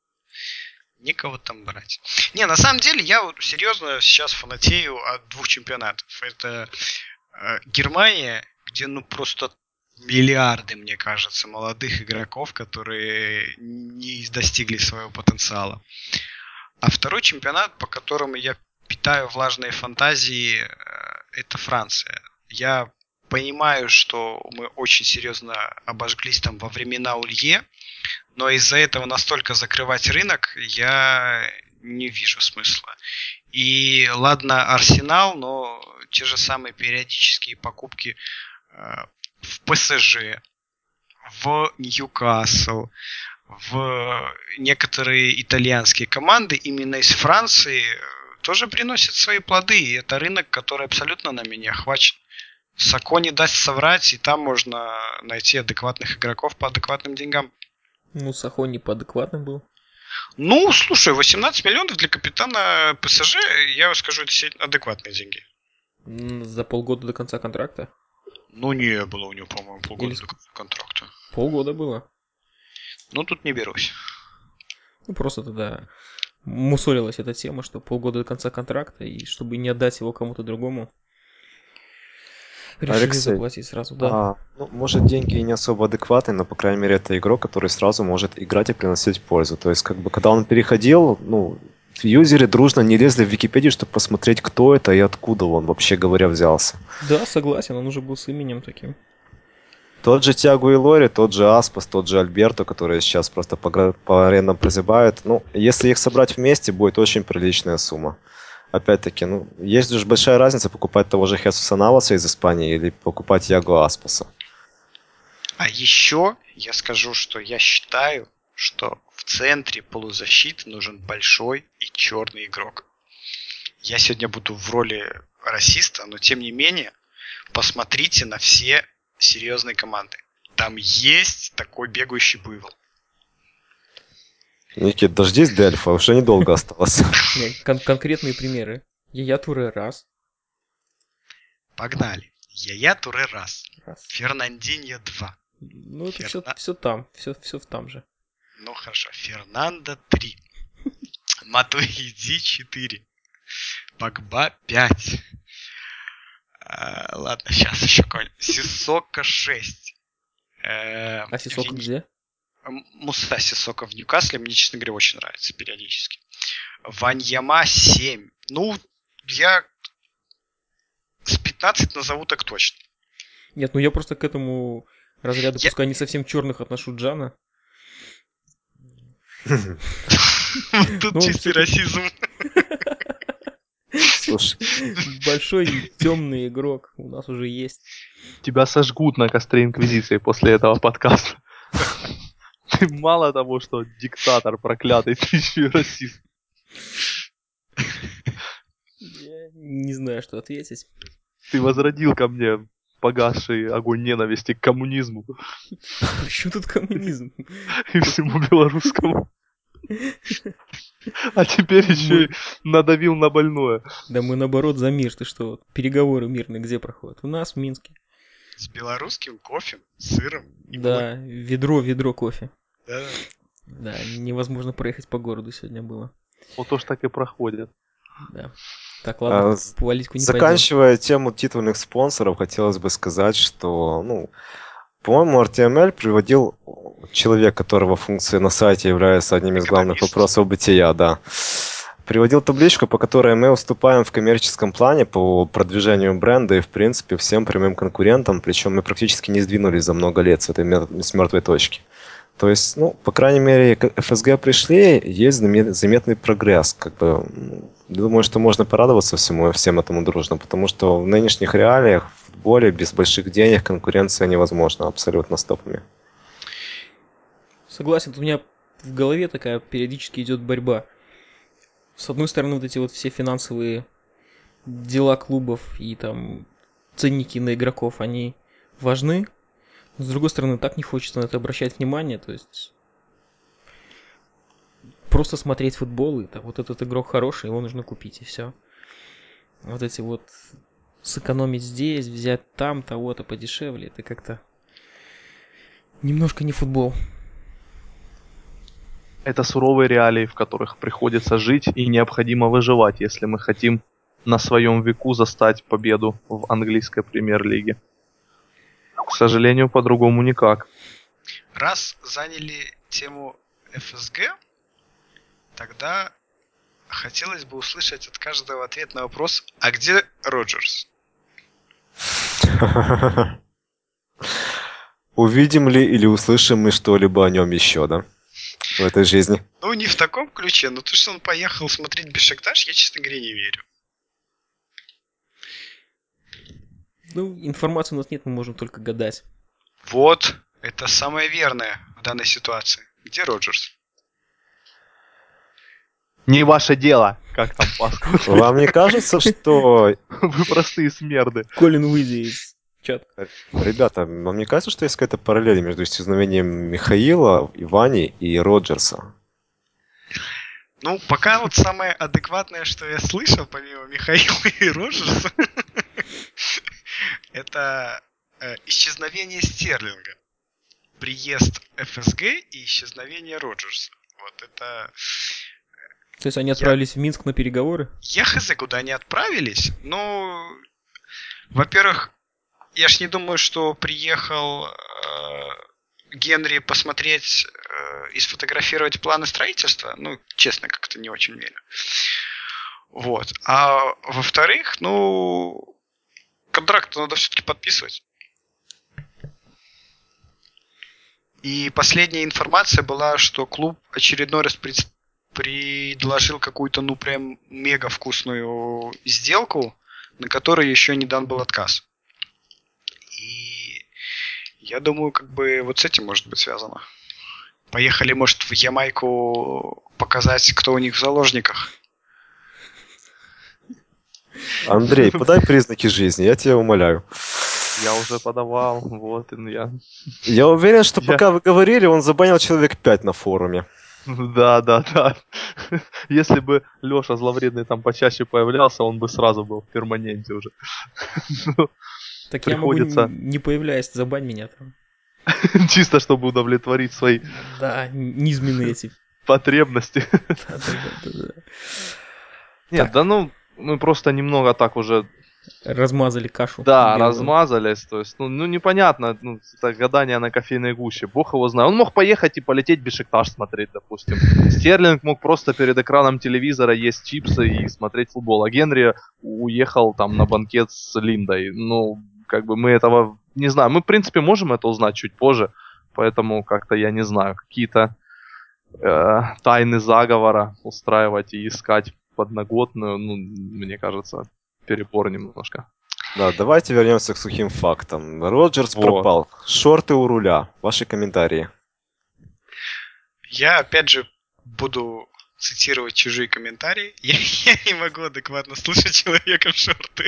Некого там брать. Не, на самом деле, я вот серьезно сейчас фанатею от двух чемпионатов. Это э, Германия, где ну просто миллиарды, мне кажется, молодых игроков, которые не достигли своего потенциала. А второй чемпионат, по которому я питаю влажные фантазии, э, это Франция. Я понимаю, что мы очень серьезно обожглись там во времена Улье, но из-за этого настолько закрывать рынок я не вижу смысла. И ладно, Арсенал, но те же самые периодические покупки э, в ПСЖ, в Ньюкасл, в некоторые итальянские команды именно из Франции тоже приносят свои плоды. И это рынок, который абсолютно нами не охвачен. Сако не даст соврать, и там можно найти адекватных игроков по адекватным деньгам. Ну, Сахо не по адекватным был. Ну, слушай, восемнадцать миллионов для капитана ПСЖ, я скажу, это адекватные деньги. За полгода до конца контракта? Ну, не было у него, по-моему, полгода Или... до контракта. Полгода было. Ну, тут не берусь. Ну, просто тогда мусорилась эта тема, что полгода до конца контракта, и чтобы не отдать его кому-то другому. Решили Алексей, заплатить сразу, да. а, ну, может, деньги и не особо адекватные, но, по крайней мере, это игрок, который сразу может играть и приносить пользу. То есть, как бы, когда он переходил, ну, юзеры дружно не лезли в Википедию, чтобы посмотреть, кто это и откуда он, вообще говоря, взялся. Да, согласен, он уже был с именем таким. Тот же Тиаго Илори, тот же Аспас, тот же Альберто, которые сейчас просто по, гра- по аренам прозябают. Ну, если их собрать вместе, будет очень приличная сумма. Опять-таки, ну, есть же большая разница покупать того же Хесуса Наваса из Испании или покупать Яго Аспаса. А еще я скажу, что я считаю, что в центре полузащиты нужен большой и черный игрок. Я сегодня буду в роли расиста, но тем не менее, посмотрите на все серьезные команды. Там есть такой бегающий буйвол. Никит, дождись Дельфа, уже недолго осталось. Нет, кон- конкретные примеры. Яя Туре раз. Погнали. Яя Туре раз. раз. Фернандиньо два. Ну, это Ферна- все там, все, все там же. Ну хорошо. Фернандо три. Матуиди четыре. Погба пять. А, ладно, сейчас еще какой-нибудь. Сисока шесть. Э, А Сисока Вини- где? М- Муса Сисока в Ньюкасле мне, честно говоря, очень нравится периодически. Ваньяма семь. Ну, я с пятнадцать назову так точно. Нет, ну я просто к этому разряду, Я- пускай не совсем черных, отношу Джана. Тут Ну, чистый всё-таки- расизм. Слушай, Большой темный игрок у нас уже есть. Тебя сожгут на костре Инквизиции после этого подкаста. Ты мало того, что диктатор проклятый, ты еще и расист. Я не знаю, что ответить. Ты возродил ко мне погасший огонь ненависти к коммунизму Почему тут коммунизм? и всему белорусскому. А теперь еще и надавил на больное. Да мы наоборот за мир. Ты что, переговоры мирные где проходят? У нас в Минске. С белорусским кофе, сыром и Да, ведро, ведро кофе. Да. Да, невозможно проехать по городу сегодня было. Вот то ж так и проходит. Да. Так, ладно, А, з- по Валитьку не пойдем. заканчивая тему титульных спонсоров, хотелось бы сказать, что, ну, по-моему, эр ти эм эль приводил человек, которого функции на сайте является одним из главных Экономист. вопросов бытия, да. Приводил табличку, по которой мы уступаем в коммерческом плане по продвижению бренда и, в принципе, всем прямым конкурентам, причем мы практически не сдвинулись за много лет с этой мер- с мертвой точки. То есть, ну, по крайней мере, к эф эс гэ пришли, есть заме- заметный прогресс. Как бы, м, думаю, что можно порадоваться всему, всем этому дружно, потому что в нынешних реалиях в футболе без больших денег конкуренция невозможна абсолютно с топами. Согласен, у меня в голове такая периодически идет борьба. С одной стороны, вот эти вот все финансовые дела клубов и там ценники на игроков, они важны. С другой стороны, так не хочется на это обращать внимание. То есть просто смотреть футбол, и так, вот этот игрок хороший, его нужно купить, и все. Вот эти вот сэкономить здесь, взять там того-то подешевле, это как-то немножко не футбол. Это суровые реалии, в которых приходится жить и необходимо выживать, если мы хотим на своем веку застать победу в английской премьер-лиге. К сожалению, по-другому никак. Раз заняли тему эф эс гэ, тогда хотелось бы услышать от каждого ответ на вопрос, а где Роджерс? Увидим ли или услышим мы что-либо о нем еще, да? В этой жизни. Ну, не в таком ключе, но то, что он поехал смотреть Бешикташ, я, честно говоря, не верю. Ну, информации у нас нет, мы можем только гадать. Вот, это самое верное в данной ситуации. Где Роджерс? Не ваше дело, как там паскудно. Вам не кажется, что... Вы простые смерды. Колин, выйди из чата. Ребята, вам не кажется, что есть какая-то параллель между исчезновением Михаила, Ивани и Роджерса? Ну, пока вот самое адекватное, что я слышал, помимо Михаила и Роджерса, это э, исчезновение Стерлинга, приезд эф эс гэ и исчезновение Роджерса. Вот это... То есть они отправились в Минск на переговоры? Я хз, куда они отправились, но, во-первых, я ж не думаю, что приехал э, Генри посмотреть э, и сфотографировать планы строительства. Ну, честно, как-то не очень верю. Вот. А во-вторых, ну, контракт надо все-таки подписывать. И последняя информация была, что клуб очередной раз пред... предложил какую-то, ну, прям мега вкусную сделку, на которой еще не дан был отказ. И я думаю, как бы вот с этим может быть связано. Поехали, может, в Ямайку показать, кто у них в заложниках. Андрей, подай признаки жизни, я тебя умоляю. Я уже подавал, вот, и я... Я уверен, что Я- пока вы говорили, он забанил человек пять на форуме. Да, да, да. Если бы Леша Зловредный там почаще появлялся, он бы сразу был в перманенте уже. Ну, Так я могу, приходится- н- не появляясь, забань меня там. Чисто чтобы удовлетворить свои Да, низменные эти. потребности. Да-да-да-да. Нет, да ну, мы просто немного так уже, Размазали кашу. да, белую. размазались. То есть, ну, ну непонятно, ну, это гадание на кофейной гуще. Бог его знает. Он мог поехать и полететь Бешикташ смотреть, допустим. Стерлинг мог просто перед экраном телевизора есть чипсы и смотреть футбол. А Генри уехал там на банкет с Линдой. Ну, как бы мы этого не знаем. Мы, в принципе, можем это узнать чуть позже. Поэтому как-то, я не знаю, какие-то э, тайны заговора устраивать и искать подноготную, ну, мне кажется, перебор немножко. Да, давайте вернемся к сухим фактам. Роджерс Вот. пропал. Шорты у руля. Ваши комментарии. Я, опять же, буду цитировать чужие комментарии. Я, я не могу адекватно слушать человека в шортах.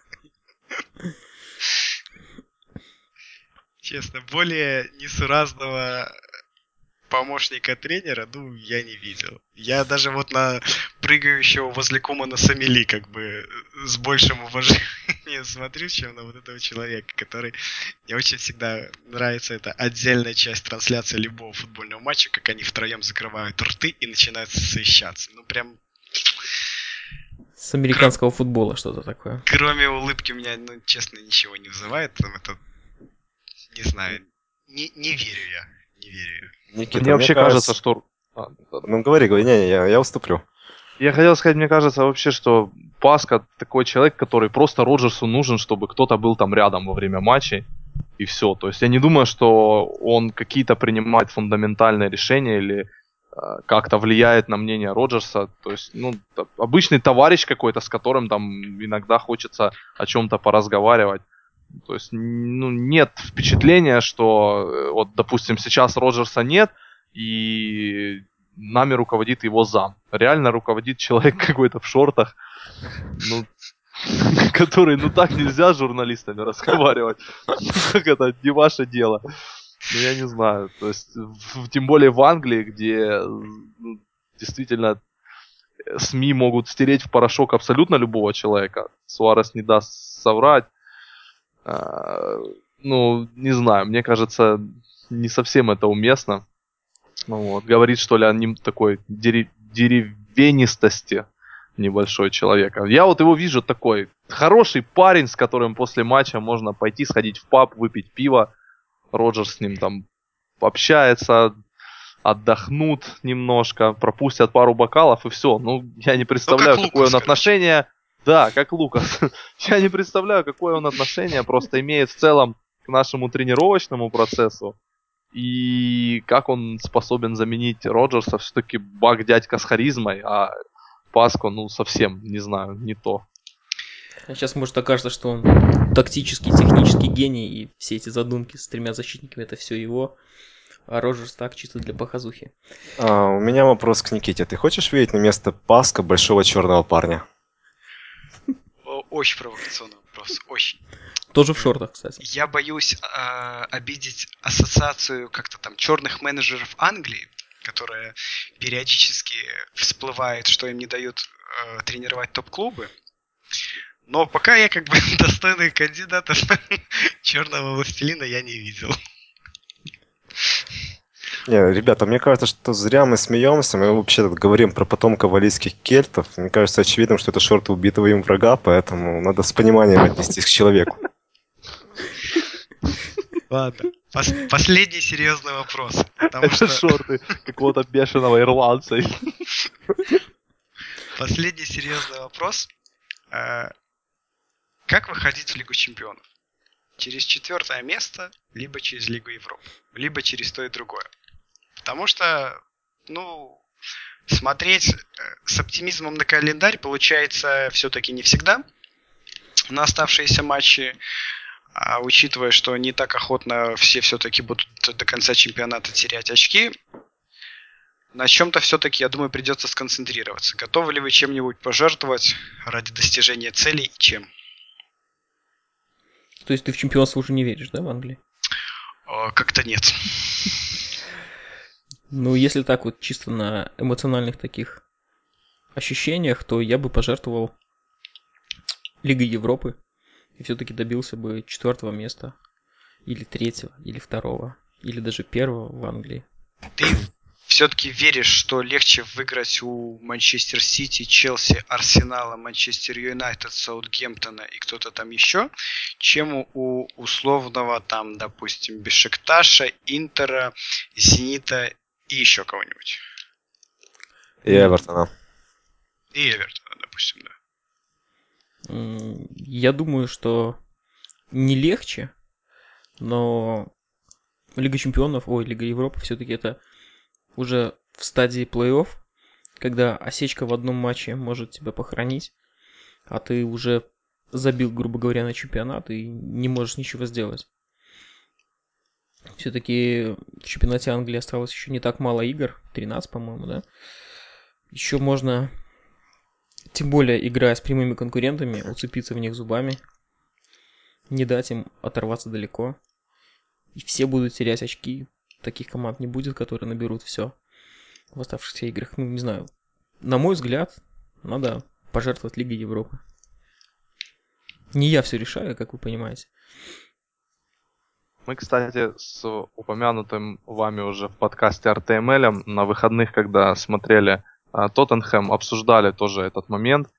Честно, более несуразного помощника тренера, ну, я не видел. Я даже вот на прыгающего возле Кумана Самили как бы с большим уважением смотрю, чем на вот этого человека, который... Мне очень всегда нравится эта отдельная часть трансляции любого футбольного матча, как они втроем закрывают рты и начинают совещаться. Ну, прям... С американского футбола что-то такое. Кроме улыбки у меня, ну, честно, ничего не вызывает. Там это... Не знаю. Не, не верю я. Не верю я. Никита, Мне вообще кажется, что... А, да, да. Ну, говори, говори, не, не, я, я уступлю. Я хотел сказать, мне кажется вообще, что Паска такой человек, который просто Роджерсу нужен, чтобы кто-то был там рядом во время матчей, и все. То есть я не думаю, что он какие-то принимает фундаментальные решения или э, как-то влияет на мнение Роджерса. То есть, ну, т- обычный товарищ какой-то, с которым там иногда хочется о чем-то поразговаривать. То есть, ну, нет впечатления, что, э, вот, допустим, сейчас Роджерса нет, и нами руководит его зам. Реально руководит человек какой-то в шортах, ну, который, ну так нельзя с журналистами разговаривать. Как это, не ваше дело. Ну, я не знаю. То есть, в- тем более в Англии, где ну, действительно СМИ могут стереть в порошок абсолютно любого человека. Суарес не даст соврать. А, ну, не знаю, мне кажется, не совсем это уместно. Ну, вот. Говорит, что ли, о нем такой дере- деревенистости небольшой человека. Я вот его вижу такой хороший парень, с которым после матча можно пойти сходить в паб, выпить пиво. Роджерс с ним там общается, отдохнут немножко, пропустят пару бокалов и все. Ну, я не представляю, как какое Лукас, он короче. отношение... Да, как Лукас. Я не представляю, какое он отношение просто имеет в целом к нашему тренировочному процессу. И как он способен заменить Роджерса. Все-таки Бак дядька с харизмой, а Паско, ну, совсем, не знаю, не то. А сейчас может окажется, что он тактический, технический гений, и все эти задумки с тремя защитниками это все его, а Роджерс так чисто для показухи. А, у меня вопрос к Никите. Ты хочешь видеть на место Паска большого черного парня? О, Очень провокационный вопрос. Очень. Тоже в шортах, кстати. Я боюсь э, обидеть ассоциацию как-то там черных менеджеров Англии, которая периодически всплывает, что им не дают э, тренировать топ-клубы. Но пока я как бы достойных кандидатов черного властелина я не видел. Не, ребята, мне кажется, что зря мы смеемся. Мы вообще тут говорим про потомков валийских кельтов. Мне кажется очевидным, что это шорты убитого им врага, поэтому надо с пониманием отнестись к человеку. Ладно. Пос- последний серьезный вопрос. Потому Это что шорты какого-то бешеного ирландца. последний серьезный вопрос. Э, Как выходить в Лигу Чемпионов? Через четвертое место, либо через Лигу Европы, либо через то и другое. Потому что, ну, смотреть э, с оптимизмом на календарь получается все-таки не всегда на оставшиеся матчи, а учитывая, что не так охотно все все-таки будут до конца чемпионата терять очки, на чем-то все-таки, я думаю, придется сконцентрироваться. Готовы ли вы чем-нибудь пожертвовать ради достижения целей и чем? То есть ты в чемпионство уже не веришь, да, в Англии? О, как-то нет. Ну, если так вот чисто на эмоциональных таких ощущениях, то я бы пожертвовал Лигой Европы и все-таки добился бы четвертого места, или третьего, или второго, или даже первого в Англии. Ты все-таки веришь, что легче выиграть у Манчестер Сити, Челси, Арсенала, Манчестер Юнайтед, Саутгемптона и кто-то там еще, чем у условного там, допустим, Бешикташа, Интера, Зенита и еще кого-нибудь? И Эвертона. И Эвертона, допустим, да. М, Я думаю, что не легче, но Лига Чемпионов, ой, Лига Европы все-таки это уже в стадии плей-офф, когда осечка в одном матче может тебя похоронить, а ты уже забил, грубо говоря, на чемпионат и не можешь ничего сделать. Все-таки в чемпионате Англии осталось еще не так мало игр, тринадцать, по-моему, да? Еще можно, тем более играя с прямыми конкурентами, уцепиться в них зубами, не дать им оторваться далеко. И все будут терять очки. Таких команд не будет, которые наберут все в оставшихся играх. Ну, не знаю. На мой взгляд, надо пожертвовать Лигой Европы. Не я все решаю, как вы понимаете. Мы, кстати, с упомянутым вами уже в подкасте эр ти эм эл на выходных, когда смотрели а, Тоттенхэм, обсуждали тоже этот момент.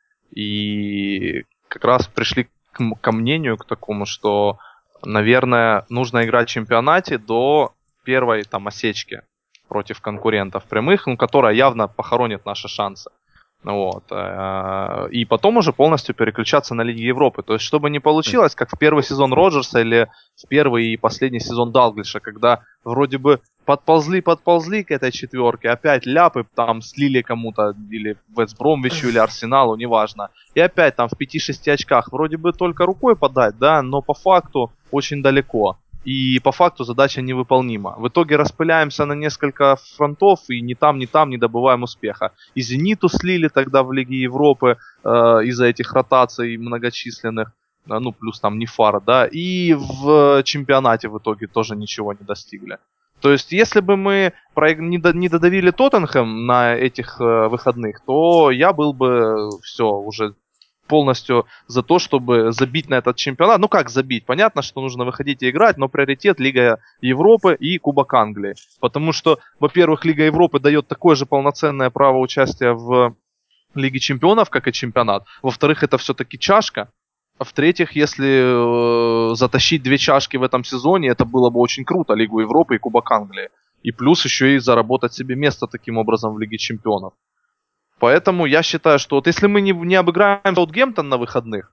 И как раз пришли к, м- ко мнению, к такому, что, наверное, нужно играть в чемпионате до первой там осечки против конкурентов прямых, ну, которая явно похоронит наши шансы. Вот. э, И потом уже полностью переключаться на Лиги Европы. То есть, чтобы не получилось, как в первый сезон Роджерса или в первый и последний сезон Далглиша, когда вроде бы подползли-подползли к этой четверке, опять ляпы там слили кому-то, или Вестбромвичу, или Арсеналу, неважно. И опять там в пяти-шести очках вроде бы только рукой подать, да, но по факту очень далеко. И по факту задача невыполнима. В итоге распыляемся на несколько фронтов и ни там, ни там не добываем успеха. И «Зениту» слили тогда в Лиге Европы э, из-за этих ротаций многочисленных. Э, ну, плюс там Нефара, да. И в чемпионате в итоге тоже ничего не достигли. То есть, если бы мы проиг- не, до- не додавили Тоттенхэм на этих э, выходных, то я был бы все уже полностью за то, чтобы забить на этот чемпионат. Ну как забить? Понятно, что нужно выходить и играть, но приоритет Лига Европы и Кубок Англии. Потому что, во-первых, Лига Европы дает такое же полноценное право участия в Лиге Чемпионов, как и чемпионат. Во-вторых, это все-таки чашка. А в-третьих, если э, затащить две чашки в этом сезоне, это было бы очень круто, Лигу Европы и Кубок Англии. И плюс еще и заработать себе место таким образом в Лиге Чемпионов. Поэтому я считаю, что вот если мы не, не обыграем Саутгемптон на выходных,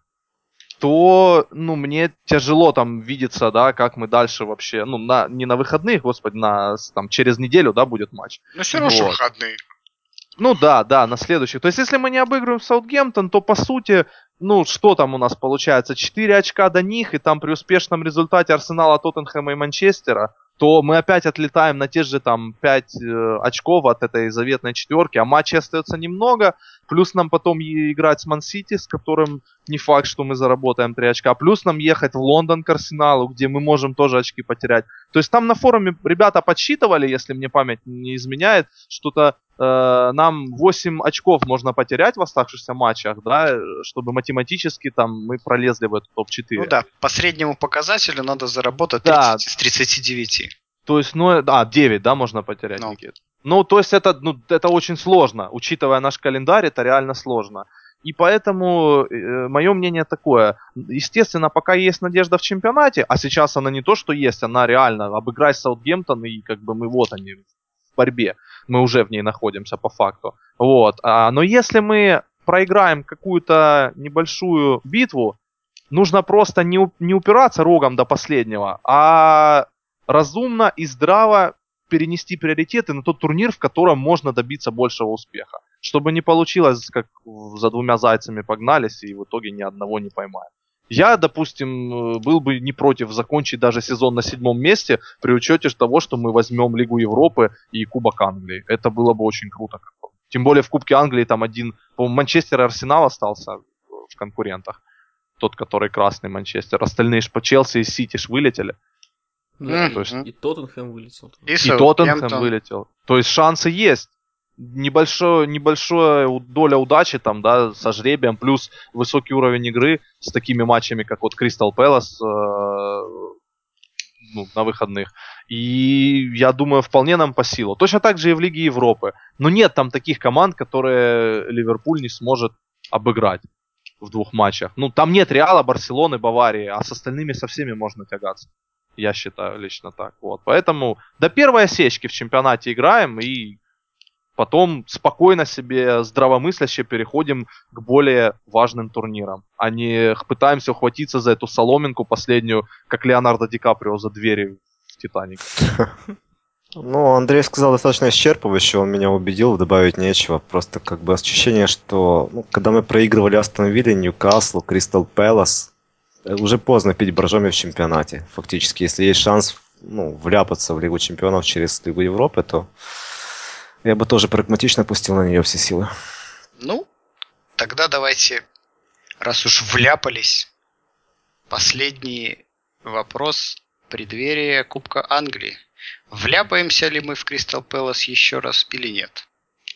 то, ну, мне тяжело там видеться, да, как мы дальше вообще, ну, на, не на выходных, господи, на, с- там, через неделю, да, будет матч. Ну, все равно, что Вот. выходные. Ну да, да, на следующих. То есть, если мы не обыгрываем Саутгемптон, то, по сути, ну, что там у нас получается? четыре очка до них, и там при успешном результате Арсенала, Тоттенхэма и Манчестера, то мы опять отлетаем на те же там пять э, очков от этой заветной четверки, а матчей остается немного, плюс нам потом и играть с Ман-Сити, с которым не факт, что мы заработаем три очка, плюс нам ехать в Лондон к Арсеналу, где мы можем тоже очки потерять. То есть там на форуме ребята подсчитывали, если мне память не изменяет, что-то э, нам восемь очков можно потерять в оставшихся матчах, да, чтобы математически там мы пролезли в этот топ четыре. Ну да, по среднему показателю надо заработать Да. тридцать из тридцати девяти. То есть, ну, а, девять, да, можно потерять, Ну. Никит? Ну, то есть это, ну, это очень сложно, учитывая наш календарь, это реально сложно. И поэтому э, мое мнение такое. Естественно, пока есть надежда в чемпионате, а сейчас она не то, что есть, она реально. Обыграй Саутгемптон, и как бы мы вот они в борьбе. Мы уже в ней находимся по факту. Вот. А, но если мы проиграем какую-то небольшую битву, нужно просто не, у- не упираться рогом до последнего, а разумно и здраво перенести приоритеты на тот турнир, в котором можно добиться большего успеха. Чтобы не получилось, как в- за двумя зайцами погнались и в итоге ни одного не поймаем. Я, допустим, э, был бы не против закончить даже сезон на седьмом месте при учете того, что мы возьмем Лигу Европы и Кубок Англии. Это было бы очень круто. Тем более в Кубке Англии там один, по-моему, Манчестер и Арсенал остался в конкурентах. Тот, который красный Манчестер. Остальные ж по Челси и Сити ж вылетели. Да, Мгм. и, и Тоттенхэм вылетел. И И Тоттенхэм Саутгемптон. вылетел. То есть шансы есть. Небольшое, небольшая у- доля удачи там, да, со жребием, плюс высокий уровень игры с такими матчами, как вот Кристал Пэлас ну, на выходных. И я думаю, вполне нам по силу. Точно так же и в Лиге Европы. Но нет там таких команд, которые Ливерпуль не сможет обыграть в двух матчах. Ну, там нет Реала, Барселоны, Баварии, а с остальными со всеми можно тягаться. Я считаю лично так. Вот. Поэтому до первой осечки в чемпионате играем и потом спокойно себе, здравомысляще переходим к более важным турнирам. А не х- пытаемся ухватиться за эту соломинку последнюю, как Леонардо Ди Каприо за двери в «Титанике». Ну, Андрей сказал достаточно исчерпывающе, он меня убедил, добавить нечего. Просто как бы ощущение, что ну, когда мы проигрывали Астон Вилле, Ньюкаслу, Кристал Пэлас, э, уже поздно пить боржоми в чемпионате. Фактически, если есть шанс ну, вляпаться в Лигу чемпионов через Лигу Европы, то я бы тоже прагматично пустил на нее все силы. Ну, тогда давайте, раз уж вляпались, последний вопрос преддверия Кубка Англии. Вляпаемся ли мы в Кристал Пэлас еще раз или нет?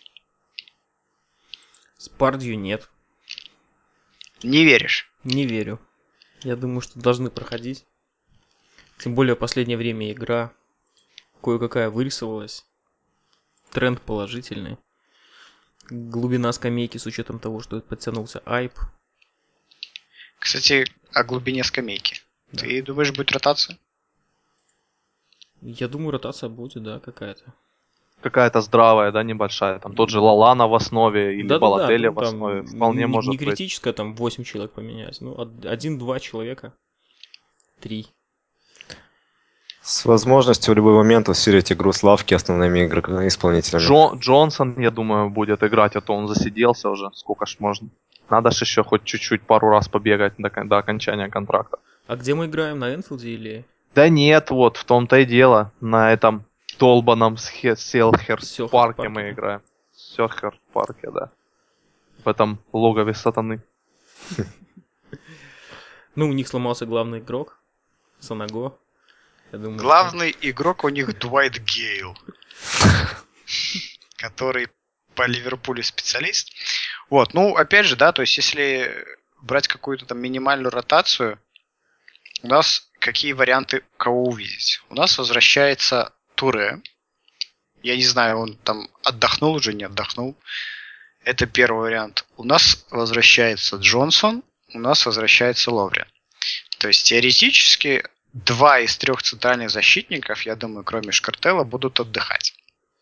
Спардью нет. Не веришь? Не верю. Я думаю, что должны проходить. Тем более в последнее время игра кое-какая вырисовалась. Тренд положительный. Глубина скамейки с учетом того, что подтянулся Айп. Кстати, о глубине скамейки. Да. Ты думаешь, будет ротация? Я думаю, ротация будет, да, какая-то. Какая-то здравая, да, небольшая. Там тот же Лалана в основе или Да-да-да, Балотелли ну, в там основе. Вполне не, может не быть. критическое, там восемь человек поменять. Ну, од- один-два человека. Три. С возможностью в любой момент усилить игру с лавки основными игроками, исполнителями. Джо- Джонсон, я думаю, будет играть, а то он засиделся уже. Сколько ж можно. Надо ж еще хоть чуть-чуть пару раз побегать до, кон- до окончания контракта. А где мы играем? На Энфилде или Да нет, вот в том-то и дело. На этом долбаном Селхерст Селхерст парке парке, мы да. играем. Селхерст парке, да. В этом логове сатаны. Ну, у них сломался главный игрок. Санаго. Я думаю, что- Главный игрок у них Дуайт Гейл, который по Ливерпулю специалист. Вот, ну, опять же, да, то есть если брать какую-то там минимальную ротацию, у нас какие варианты кого увидеть? У нас возвращается Туре. Я не знаю, он там отдохнул уже, не отдохнул. Это первый вариант. У нас возвращается Джонсон, у нас возвращается Ловрен. То есть теоретически два из трех центральных защитников, я думаю, кроме Шкартелла, будут отдыхать.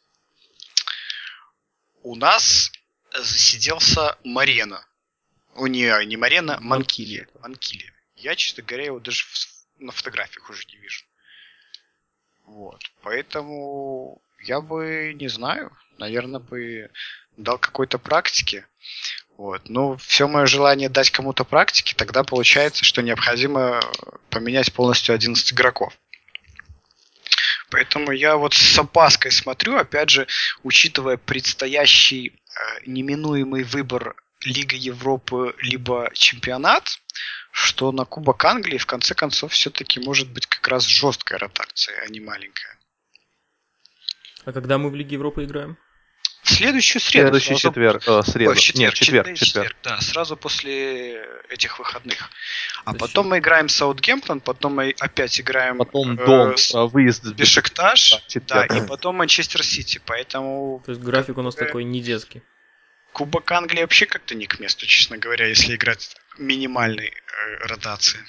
У нас засиделся Марена. О, не, не Марена, Манкили. Манкили. Я, честно говоря, его даже в- на фотографиях уже не вижу. Вот. Поэтому я бы, не знаю, наверное, бы дал какой-то практики. Вот. Но все мое желание дать кому-то практики, тогда получается, что необходимо поменять полностью одиннадцать игроков. Поэтому я вот с опаской смотрю, опять же, учитывая предстоящий э, неминуемый выбор Лига Европы либо чемпионат, что на Кубок Англии в конце концов все-таки может быть как раз жесткая ротация, а не маленькая. А когда мы в Лиге Европы играем? В следующую среду. Следующий сразу- четверг, э, среда. Ой, в четверг, Нет, четверг, четверг, четверг. да, сразу после этих выходных. А То есть потом мы играем Саутгемптон, потом мы опять играем Потом э, дом, с э, выезд с Бешикташ, Да, да, четверг. и потом Манчестер Сити. Поэтому То есть график у нас Как бы- такой не детский. Кубок Англии вообще как-то не к месту, честно говоря, если играть минимальной э, ротации.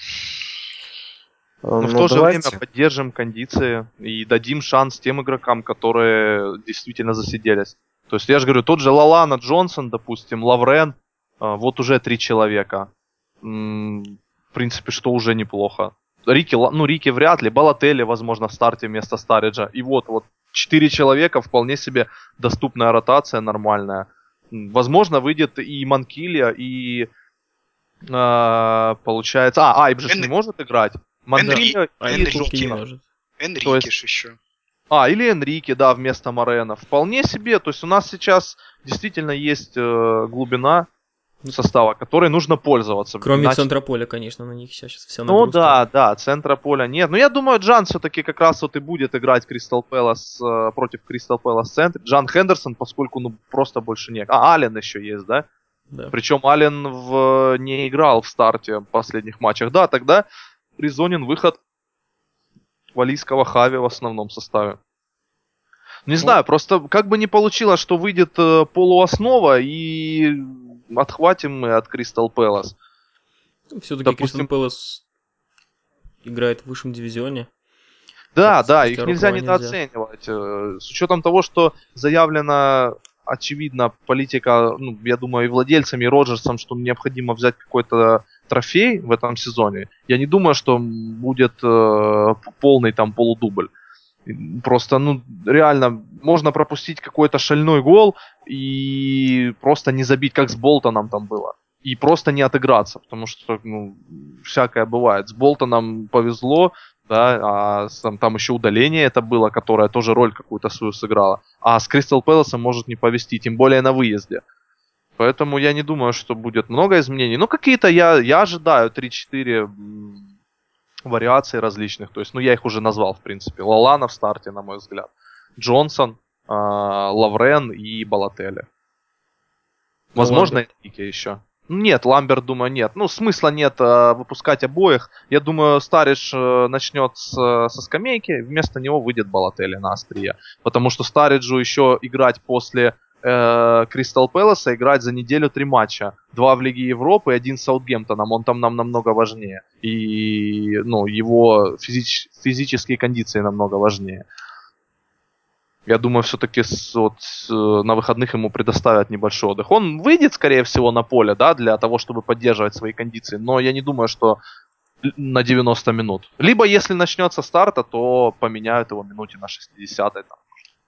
Но Ну, в то же давайте. время поддержим кондиции и дадим шанс тем игрокам, которые действительно засиделись. То есть я же говорю, тот же Лалана, Джонсон, допустим, Лаврен, а, вот уже три человека. М, В принципе, что уже неплохо. Рики, ла- ну Рики вряд ли, Балотелли, возможно, в старте вместо Стариджа. И вот, вот четыре человека, вполне себе доступная ротация, нормальная. М, Возможно, выйдет и Манкилия, и а, получается... А, Айб же ж Эн- не может играть. Энри- Манкилия А и Энрике. Энрике не Джонсон. может. То Энрике есть- ж еще. А, или Энрике, да, вместо Морена. Вполне себе. То есть у нас сейчас действительно есть э, глубина состава, которой нужно пользоваться. Кроме Иначе- центра поля, конечно, на них сейчас вся Ну нагрузка. да, да, центра поля нет. Но я думаю, Джан все-таки как раз вот и будет играть Кристал Пэлас э, против Кристал Пэлас в центре. Джан Хендерсон, поскольку ну просто больше нет. А, Аллен еще есть, да? Да. Причем Аллен в, не играл в старте в последних матчах. Да, тогда резонен выход валийского Хави в основном составе. Не знаю, просто как бы не получилось, что выйдет э, полуоснова и отхватим мы от Кристал Пэлас. Все-таки Допустим- Кристал Пэлас играет в высшем дивизионе. Да, Так, да, спустя их нельзя рукава нельзя. недооценивать. Э, С учетом того, что заявлена, очевидно, политика, ну, я думаю, и владельцами, и Роджерсом, что необходимо взять какой-то трофей в этом сезоне, я не думаю, что м, будет э, полный там полудубль. Просто, ну, реально, можно пропустить какой-то шальной гол и просто не забить, как с Болтоном там было. И просто не отыграться, потому что, ну, всякое бывает. С Болтоном повезло, да, а с- там, там еще удаление это было, которое тоже роль какую-то свою сыграло. А с Кристал Пэласом может не повезти, тем более на выезде. Поэтому я не думаю, что будет много изменений. Ну, какие-то я, я ожидаю три-четыре м, вариаций различных. То есть, ну, я их уже назвал, в принципе. Лалана в старте, на мой взгляд. Джонсон, а, Лаврен и Балотелли. Ну, Возможно, Ламберт. Энрике еще. Нет, Ламберт, думаю, нет. Ну, смысла нет э, выпускать обоих. Я думаю, Старидж э, начнет с, со скамейки, вместо него выйдет Балотелли на острие. Потому что Стариджу еще играть после э, Кристал Пэласа, играть за неделю три матча. Два в Лиге Европы и один с Саутгемптоном. Он там нам намного важнее. И ну, его физич- физические кондиции намного важнее. Я думаю, все-таки вот, э, на выходных ему предоставят небольшой отдых. Он выйдет, скорее всего, на поле, да, для того, чтобы поддерживать свои кондиции. Но я не думаю, что л- на девяносто минут. Либо, если начнется старта, то поменяют его минуте на шестидесятой. Там.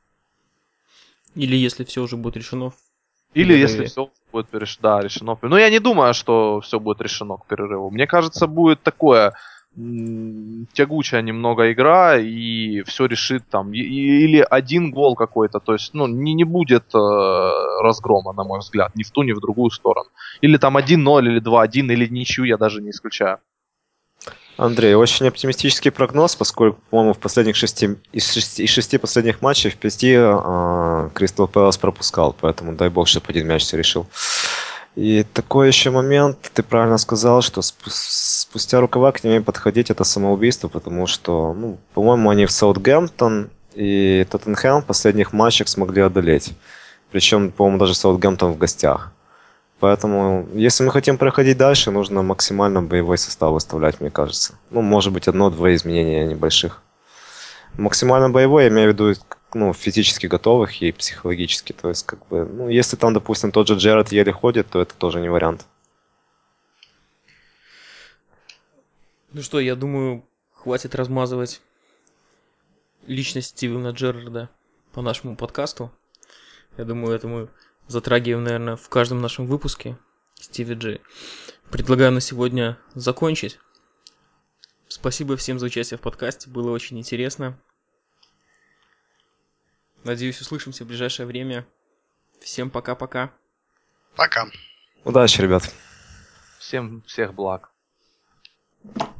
Или если все уже будет решено. в Или перерыве. если все будет переш- да, решено. Но я не думаю, что все будет решено к перерыву. Мне кажется, будет такое м, тягучая немного игра, и все решит там. И- и- или один гол какой-то. То есть, ну, не, не будет э, разгрома, на мой взгляд, ни в ту, ни в другую сторону. Или там один ноль, или два один, или ничью, я даже не исключаю. Андрей, очень оптимистический прогноз, поскольку, по-моему, в последних шести из шести, из шести последних матчей в пяти Кристал Пэлас пропускал, поэтому дай бог, чтобы один мяч все решил. И такой еще момент, ты правильно сказал, что спу- спустя рукава к ним подходить это самоубийство, потому что, ну, по-моему, они в Саутгемптон и Тоттенхэм в последних матчах смогли одолеть. Причем, по-моему, даже Саутгемптон в гостях. Поэтому, если мы хотим проходить дальше, нужно максимально боевой состав выставлять, мне кажется. Ну, может быть, одно-два изменения небольших. Максимально боевой, я имею в виду, ну, физически готовых и психологически. То есть, как бы, ну, если там, допустим, тот же Джерард еле ходит, то это тоже не вариант. Ну что, я думаю, хватит размазывать личность Стивена Джерарда по нашему подкасту. Я думаю, это мы затрагиваем, наверное, в каждом нашем выпуске Стиви Джей. Предлагаю на сегодня закончить. Спасибо всем за участие в подкасте, было очень интересно. Надеюсь, услышимся в ближайшее время. Всем пока-пока. Пока. Удачи, ребят. Всем всех благ.